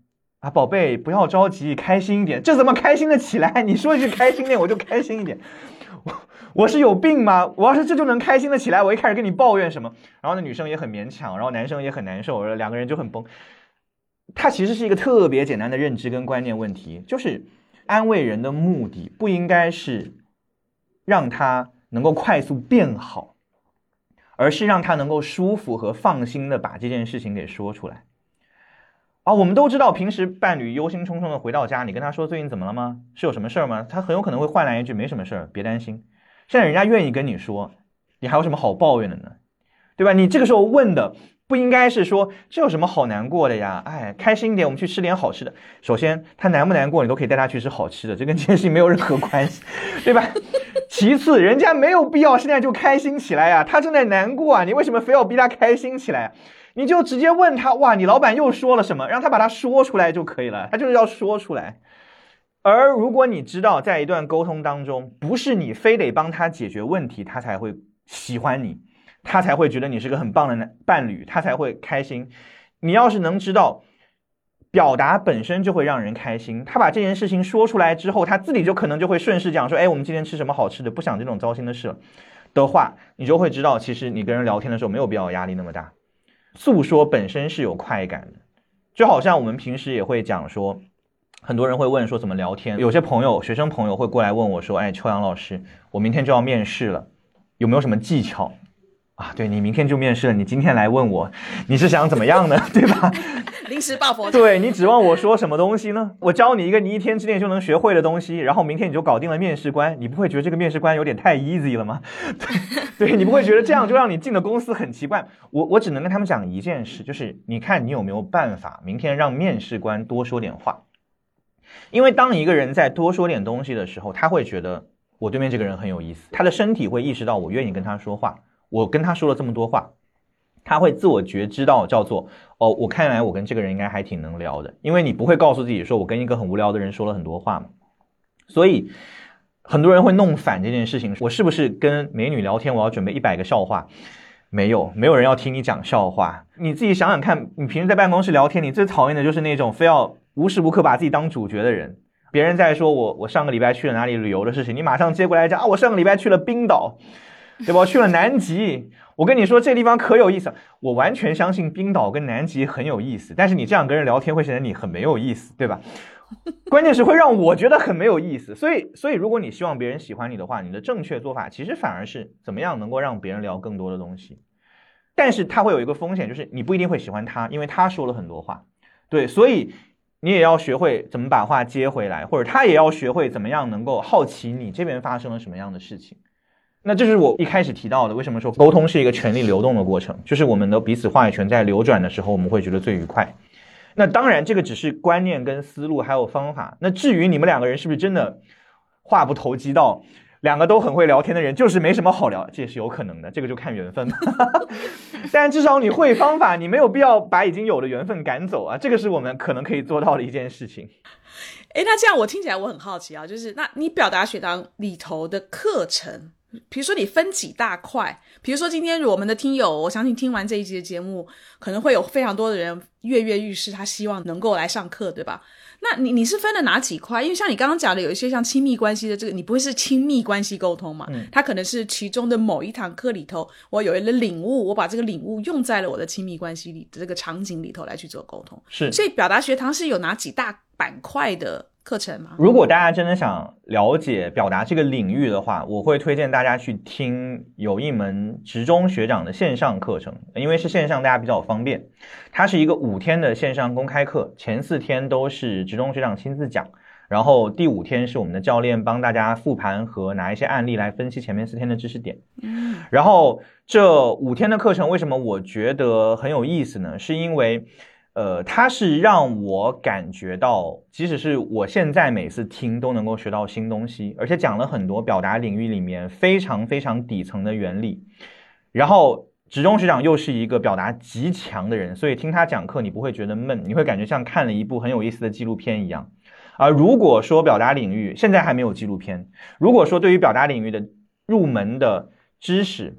啊，宝贝，不要着急，开心一点。这怎么开心的起来？你说一句开心点，我就开心一点。我是有病吗？我要是这就能开心的起来，我一开始跟你抱怨什么？然后那女生也很勉强，然后男生也很难受，两个人就很崩。它其实是一个特别简单的认知跟观念问题，就是安慰人的目的不应该是让他能够快速变好，而是让他能够舒服和放心的把这件事情给说出来。我们都知道，平时伴侣忧心忡忡的回到家，你跟他说最近怎么了吗？是有什么事儿吗？他很有可能会换来一句没什么事儿，别担心。现在人家愿意跟你说，你还有什么好抱怨的呢？对吧？你这个时候问的不应该是说这有什么好难过的呀？哎，开心一点，我们去吃点好吃的。首先，他难不难过，你都可以带他去吃好吃的，这跟这件事情没有任何关系，对吧？其次，人家没有必要现在就开心起来呀，他正在难过啊，你为什么非要逼他开心起来？你就直接问他，哇，你老板又说了什么，让他把它说出来就可以了，他就是要说出来。而如果你知道在一段沟通当中，不是你非得帮他解决问题，他才会喜欢你，他才会觉得你是个很棒的伴侣，他才会开心。你要是能知道表达本身就会让人开心，他把这件事情说出来之后，他自己就可能就会顺势讲说，哎，我们今天吃什么好吃的，不想这种糟心的事了的话，你就会知道其实你跟人聊天的时候没有必要压力那么大。诉说本身是有快感的，就好像我们平时也会讲说，很多人会问说怎么聊天，有些朋友学生朋友会过来问我说，哎，秋阳老师，我明天就要面试了，有没有什么技巧啊？对，你明天就面试了，你今天来问我，你是想怎么样呢？对吧？ 临时抱佛脚。对， 你指望我说什么东西呢？我教你一个你一天之内就能学会的东西，然后明天你就搞定了面试官，你不会觉得这个面试官有点太 easy 了吗？对，你不会觉得这样就让你进了公司很奇怪？我只能跟他们讲一件事，就是你看你有没有办法明天让面试官多说点话。因为当一个人在多说点东西的时候，他会觉得我对面这个人很有意思，他的身体会意识到我愿意跟他说话，我跟他说了这么多话，他会自我觉知到叫做我看来我跟这个人应该还挺能聊的，因为你不会告诉自己说我跟一个很无聊的人说了很多话嘛。所以很多人会弄反这件事情，我是不是跟美女聊天我要准备100个笑话？没有人要听你讲笑话。你自己想想看，你平时在办公室聊天，你最讨厌的就是那种非要无时无刻把自己当主角的人。别人在说我上个礼拜去了哪里旅游的事情，你马上接过来讲我上个礼拜去了冰岛，对吧？我去了南极，我跟你说这地方可有意思。我完全相信冰岛跟南极很有意思，但是你这样跟人聊天会显得你很没有意思，对吧？关键是会让我觉得很没有意思。所以如果你希望别人喜欢你的话，你的正确做法其实反而是怎么样能够让别人聊更多的东西。但是它会有一个风险，就是你不一定会喜欢他，因为他说了很多话。对，所以你也要学会怎么把话接回来，或者他也要学会怎么样能够好奇你这边发生了什么样的事情。那这是我一开始提到的，为什么说沟通是一个权力流动的过程，就是我们的彼此话语权在流转的时候，我们会觉得最愉快。那当然这个只是观念跟思路还有方法，那至于你们两个人是不是真的话不投机到两个都很会聊天的人就是没什么好聊，这也是有可能的，这个就看缘分但至少你会方法，你没有必要把已经有的缘分赶走啊，这个是我们可能可以做到的一件事情。 那这样我听起来我很好奇啊，就是那你表达学堂里头的课程，比如说你分几大块，比如说今天我们的听友，我相信听完这一集的节目可能会有非常多的人跃跃欲试，他希望能够来上课，对吧？那你是分了哪几块？因为像你刚刚讲的有一些像亲密关系的这个，你不会是亲密关系沟通嘛？它可能是其中的某一堂课里头，我有一个领悟，我把这个领悟用在了我的亲密关系里的这个场景里头来去做沟通。是，所以表达学堂是有哪几大板块的课程吗？ 如果大家真的想了解表达这个领域的话，我会推荐大家去听有一门职中学长的线上课程，因为是线上大家比较方便。它是一个5天的线上公开课，前4天都是职中学长亲自讲，然后第5天是我们的教练帮大家复盘和拿一些案例来分析前面4天的知识点。然后这5天的课程为什么我觉得很有意思呢？是因为它是让我感觉到即使是我现在每次听都能够学到新东西，而且讲了很多表达领域里面非常非常底层的原理。然后职中学长又是一个表达极强的人，所以听他讲课你不会觉得闷，你会感觉像看了一部很有意思的纪录片一样。而如果说表达领域现在还没有纪录片，如果说对于表达领域的入门的知识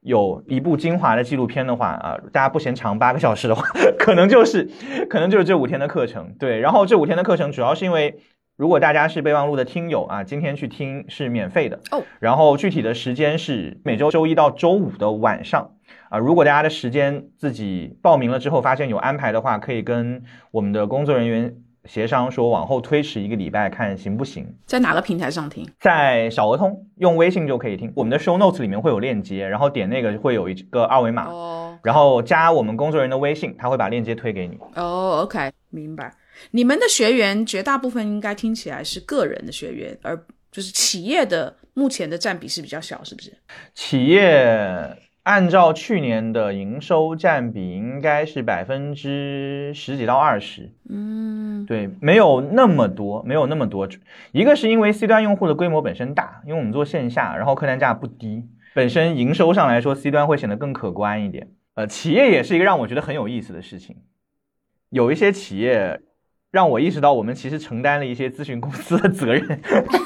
有一部精华的纪录片的话啊，大家不嫌长8个小时的话，可能就是这5天的课程。对，然后这5天的课程主要是因为如果大家是备忘录的听友啊，今天去听是免费的哦。 然后具体的时间是每周周一到周五的晚上啊。如果大家的时间自己报名了之后发现有安排的话，可以跟我们的工作人员协商说往后推迟1个礼拜看行不行。 在哪个平台上听？ 在小鹅通，用微信就可以听。我们的 show notes 里面会有链接，然后点那个会有一个二维码，然后加我们工作人员的微信，他会把链接推给你。 OK， 明白。你们的学员绝大部分应该听起来是个人的学员，而就是企业的目前的占比是比较小，是不是？ 企业按照去年的营收占比应该是10%几到20%。对，没有那么多。一个是因为 C 端用户的规模本身大，因为我们做线下，然后客单价不低，本身营收上来说 C 端会显得更可观一点。企业也是一个让我觉得很有意思的事情。有一些企业让我意识到我们其实承担了一些咨询公司的责任。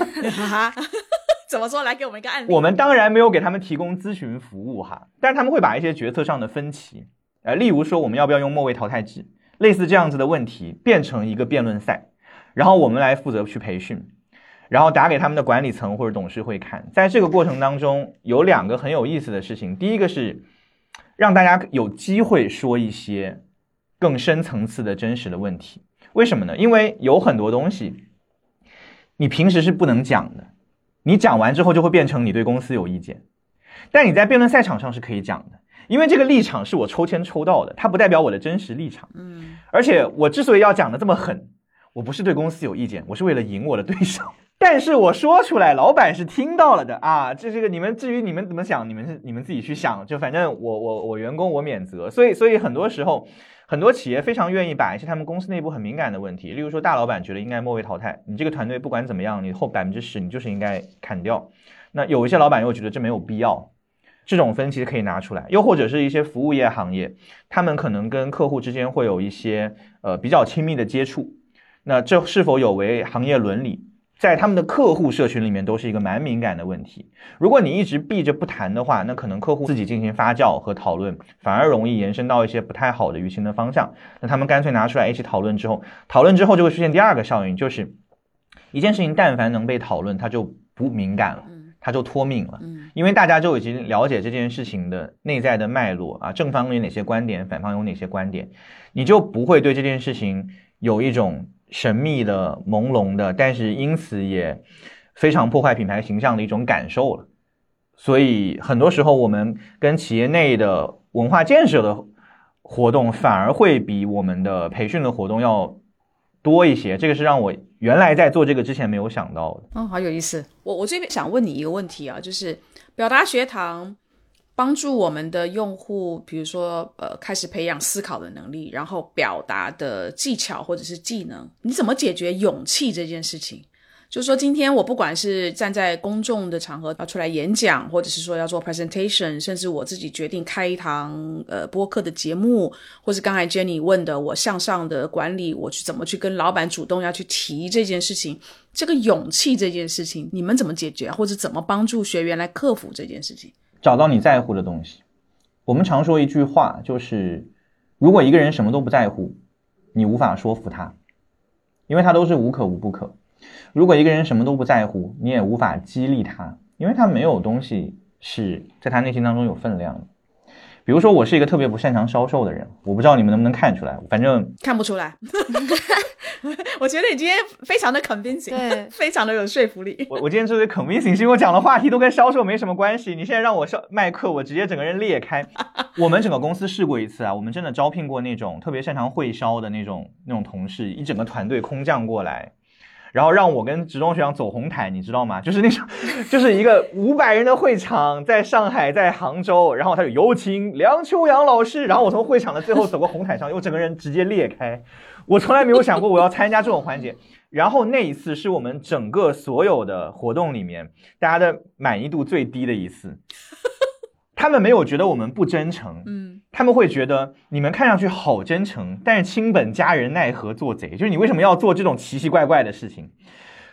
怎么说？来给我们一个案例。 我们当然没有给他们提供咨询服务哈，但是他们会把一些决策上的分歧，例如说我们要不要用末位淘汰制，类似这样子的问题变成一个辩论赛，然后我们来负责去培训，然后打给他们的管理层或者董事会看。在这个过程当中有2个很有意思的事情，第一个是让大家有机会说一些更深层次的真实的问题。为什么呢？因为有很多东西你平时是不能讲的，你讲完之后就会变成你对公司有意见，但你在辩论赛场上是可以讲的，因为这个立场是我抽签抽到的，它不代表我的真实立场。而且我之所以要讲的这么狠，我不是对公司有意见，我是为了赢我的对手。但是我说出来，老板是听到了的啊。这个你们至于你们怎么想，你们自己去想，就反正我员工我免责。所以很多时候，很多企业非常愿意把一些他们公司内部很敏感的问题，例如说大老板觉得应该末位淘汰，你这个团队不管怎么样，你后10%你就是应该砍掉。那有一些老板又觉得这没有必要，这种分歧可以拿出来。又或者是一些服务业行业，他们可能跟客户之间会有一些比较亲密的接触，那这是否有违行业伦理，在他们的客户社群里面都是一个蛮敏感的问题。如果你一直避着不谈的话，那可能客户自己进行发酵和讨论，反而容易延伸到一些不太好的舆情的方向。那他们干脆拿出来一起讨论之后就会出现第2个效应，就是一件事情但凡能被讨论，它就不敏感了，它就脱敏了。因为大家就已经了解这件事情的内在的脉络啊，正方有哪些观点，反方有哪些观点，你就不会对这件事情有一种神秘的朦胧的，但是因此也非常破坏品牌形象的一种感受了。所以很多时候我们跟企业内的文化建设的活动反而会比我们的培训的活动要多一些，这个是让我原来在做这个之前没有想到的。 好有意思。我这边想问你一个问题啊，就是表达学堂帮助我们的用户，比如说开始培养思考的能力，然后表达的技巧或者是技能，你怎么解决勇气这件事情？就是说今天我不管是站在公众的场合要出来演讲，或者是说要做 presentation， 甚至我自己决定开一堂播客的节目，或是刚才 Jenny 问的我向上的管理，我去怎么去跟老板主动要去提这件事情，这个勇气这件事情你们怎么解决，或者怎么帮助学员来克服这件事情？ 找到你在乎的东西。我们常说一句话，就是如果一个人什么都不在乎，你无法说服他，因为他都是无可无不可。如果一个人什么都不在乎，你也无法激励他，因为他没有东西是在他内心当中有分量的。比如说我是一个特别不擅长销售的人，我不知道你们能不能看出来，反正看不出来。我觉得你今天非常的 convincing， 对，非常的有说服力。 我今天这个 convincing 是因为我讲的话题都跟销售没什么关系，你现在让我卖课，我直接整个人裂开。我们整个公司试过一次啊，我们真的招聘过那种特别擅长会销的那种同事，一整个团队空降过来，然后让我跟职中学长走红毯，你知道吗？就是那种，就是一个500人的会场，在上海，在杭州，然后他就有请梁秋阳老师，然后我从会场的最后走过红毯上，我整个人直接裂开。我从来没有想过我要参加这种环节。然后那一次是我们整个所有的活动里面大家的满意度最低的一次。他们没有觉得我们不真诚，他们会觉得你们看上去好真诚，但是亲本家人奈何做贼，就是你为什么要做这种奇奇怪怪的事情？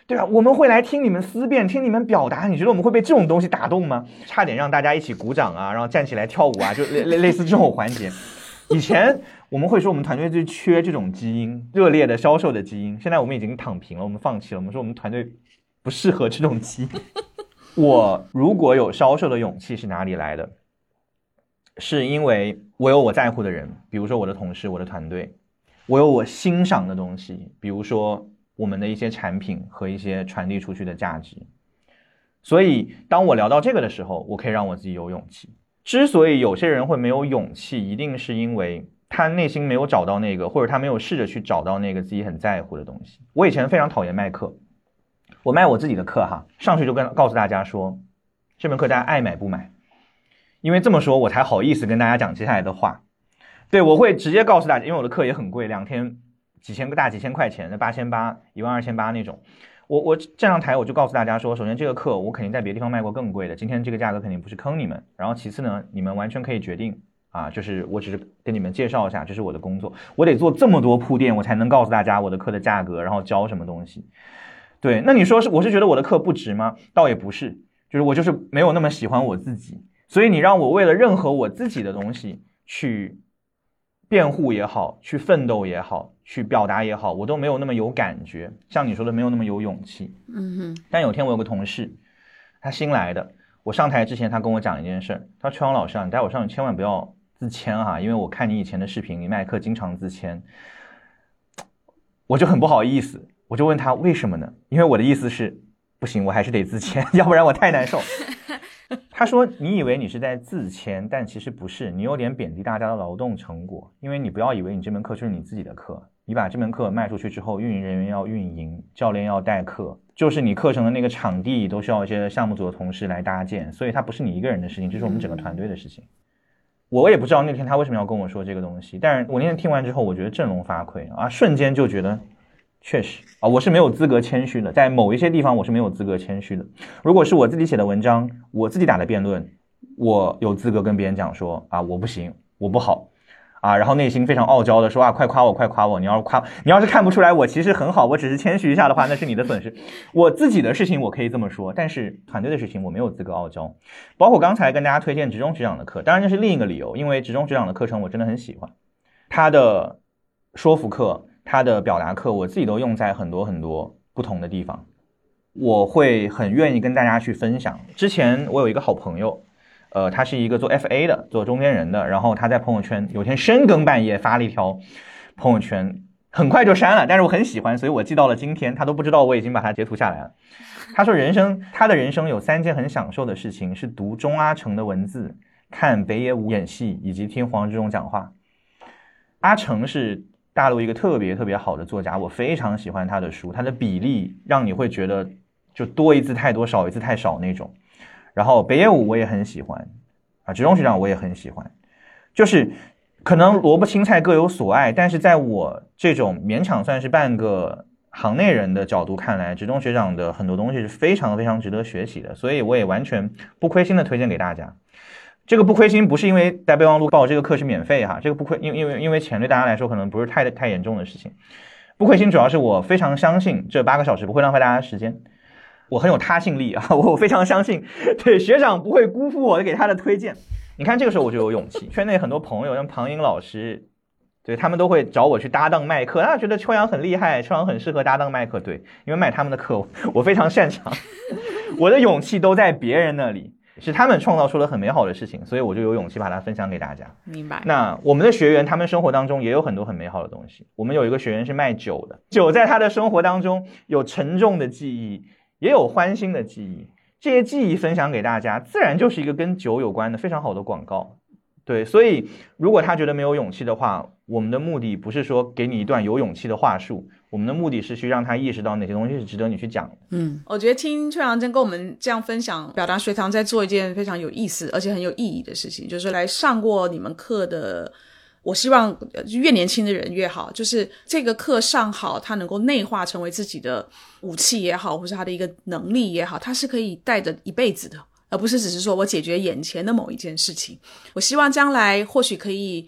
对吧？我们会来听你们思辨，听你们表达，你觉得我们会被这种东西打动吗？差点让大家一起鼓掌啊，然后站起来跳舞啊，就类似这种环节。以前我们会说我们团队最缺这种基因，热烈的销售的基因，现在我们已经躺平了，我们放弃了，我们说我们团队不适合这种基因。我如果有销售的勇气是哪里来的？是因为我有我在乎的人，比如说我的同事，我的团队，我有我欣赏的东西，比如说我们的一些产品和一些传递出去的价值。所以当我聊到这个的时候，我可以让我自己有勇气。之所以有些人会没有勇气，一定是因为他内心没有找到那个，或者他没有试着去找到那个自己很在乎的东西。我以前非常讨厌卖课，我卖我自己的课哈，上去就告诉大家说，这门课大家爱买不买，因为这么说我才好意思跟大家讲接下来的话。对，我会直接告诉大家，因为我的课也很贵，2天几千块钱，8800、12800那种。我站上台我就告诉大家说，首先这个课我肯定在别的地方卖过更贵的，今天这个价格肯定不是坑你们。然后其次呢，你们完全可以决定啊，就是我只是跟你们介绍一下，这是我的工作，我得做这么多铺垫，我才能告诉大家我的课的价格，然后教什么东西。对，那你说我是觉得我的课不值吗？倒也不是，就是我就是没有那么喜欢我自己，所以你让我为了任何我自己的东西去辩护也好，去奋斗也好，去表达也好，我都没有那么有感觉，像你说的没有那么有勇气。但有天我有个同事，他新来的，我上台之前他跟我讲一件事，他说：“邱阳老师啊，你待会上去千万不要自谦哈，因为我看你以前的视频，你卖课经常自谦。”我就很不好意思，我就问他为什么呢？因为我的意思是不行，我还是得自谦，要不然我太难受。他说：“你以为你是在自谦，但其实不是，你有点贬低大家的劳动成果，因为你不要以为你这门课就是你自己的课，你把这门课卖出去之后，运营人员要运营，教练要代课，就是你课程的那个场地都需要一些项目组的同事来搭建，所以它不是你一个人的事情，这是我们整个团队的事情。”我也不知道那天他为什么要跟我说这个东西，但是我那天听完之后，我觉得振聋发聩啊，瞬间就觉得确实啊，我是没有资格谦虚的，在某一些地方我是没有资格谦虚的。如果是我自己写的文章，我自己打的辩论，我有资格跟别人讲说啊，我不行，我不好啊，然后内心非常傲娇的说啊，快夸我，快夸我，你要是看不出来我其实很好，我只是谦虚一下的话，那是你的损失。我自己的事情我可以这么说，但是团队的事情我没有资格傲娇。包括刚才跟大家推荐职中职长的课，当然这是另一个理由，因为职中职长的课程我真的很喜欢，他的说服课，他的表达课，我自己都用在很多很多不同的地方，我会很愿意跟大家去分享。之前我有一个好朋友，他是一个做 FA 的，做中间人的，然后他在朋友圈有天深更半夜发了一条朋友圈，很快就删了，但是我很喜欢，所以我记到了今天，他都不知道我已经把它截图下来了。他说他的人生有3件很享受的事情，是读钟阿成的文字，看北野武演戏，以及听黄志忠讲话。阿成是大陆一个特别特别好的作家，我非常喜欢他的书，他的比例让你会觉得就多一字太多，少一字太少那种。然后北野武我也很喜欢啊，职中学长我也很喜欢，就是可能萝卜青菜各有所爱，但是在我这种勉强算是半个行内人的角度看来，职中学长的很多东西是非常非常值得学习的，所以我也完全不亏心的推荐给大家。这个不亏心不是因为在备忘录报这个课是免费哈，这个不亏，因为钱对大家来说可能不是太严重的事情。不亏心主要是我非常相信这8个小时不会浪费大家的时间，我很有他信力啊，我非常相信对学长不会辜负我给他的推荐。你看这个时候我就有勇气，圈内很多朋友像庞英老师，对他们都会找我去搭档卖课，觉得秋阳很厉害，秋阳很适合搭档卖课，对，因为卖他们的课我非常擅长，我的勇气都在别人那里，是他们创造出了很美好的事情，所以我就有勇气把它分享给大家。 明白。 那我们的学员他们生活当中也有很多很美好的东西，我们有一个学员是卖酒的，酒在他的生活当中有沉重的记忆，也有欢欣的记忆，这些记忆分享给大家，自然就是一个跟酒有关的非常好的广告。对，所以如果他觉得没有勇气的话，我们的目的不是说给你一段有勇气的话术，我们的目的是去让他意识到哪些东西是值得你去讲的。 我觉得听邱阳真跟我们这样分享，表达学堂在做一件非常有意思而且很有意义的事情，就是来上过你们课的，我希望越年轻的人越好，就是这个课上好，他能够内化成为自己的武器也好，或是他的一个能力也好，他是可以带着一辈子的，而不是只是说我解决眼前的某一件事情。我希望将来或许可以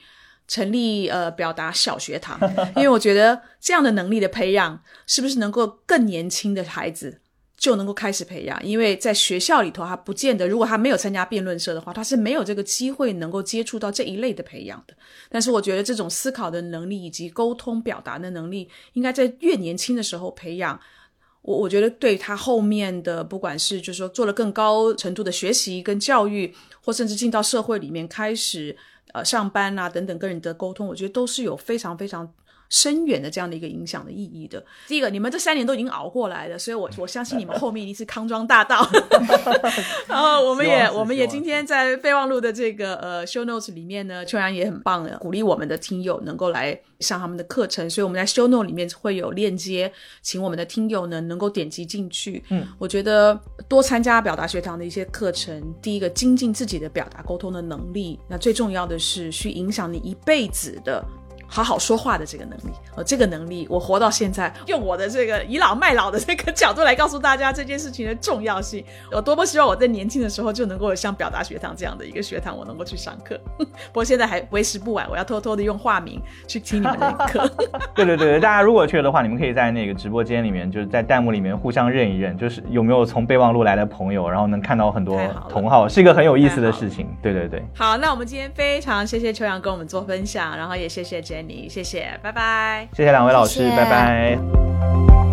成立表达小学堂，因为我觉得这样的能力的培养是不是能够更年轻的孩子就能够开始培养，因为在学校里头他不见得，如果他没有参加辩论社的话，他是没有这个机会能够接触到这一类的培养的。但是我觉得这种思考的能力以及沟通表达的能力应该在越年轻的时候培养，我觉得对他后面的不管是就是说做了更高程度的学习跟教育，或甚至进到社会里面开始上班啊等等跟人的沟通，我觉得都是有非常非常深远的这样的一个影响的意义的。第一个，你们这3年都已经熬过来了，所以我相信你们后面一定是康庄大道。然后我们也今天在备忘录的这个show notes 里面呢，秋阳也很棒的鼓励我们的听友能够来上他们的课程，所以我们在 show note 里面会有链接，请我们的听友呢能够点击进去。我觉得多参加表达学堂的一些课程，第一个精进自己的表达沟通的能力，那最重要的是去影响你一辈子的好好说话的这个能力。这个能力我活到现在，用我的这个倚老卖老的这个角度来告诉大家这件事情的重要性。我多么希望我在年轻的时候就能够有像表达学堂这样的一个学堂，我能够去上课。不过现在还为时不晚，我要偷偷的用化名去听你们的课。 对对对，大家如果去了的话，你们可以在那个直播间里面，就是在弹幕里面互相认一认，就是有没有从备忘录来的朋友，然后能看到很多同好，是一个很有意思的事情。对对对， 好，那我们今天非常谢谢秋阳跟我们做分享，然后也谢谢 Jenny， 谢谢，拜拜。 谢谢2位老师，拜拜。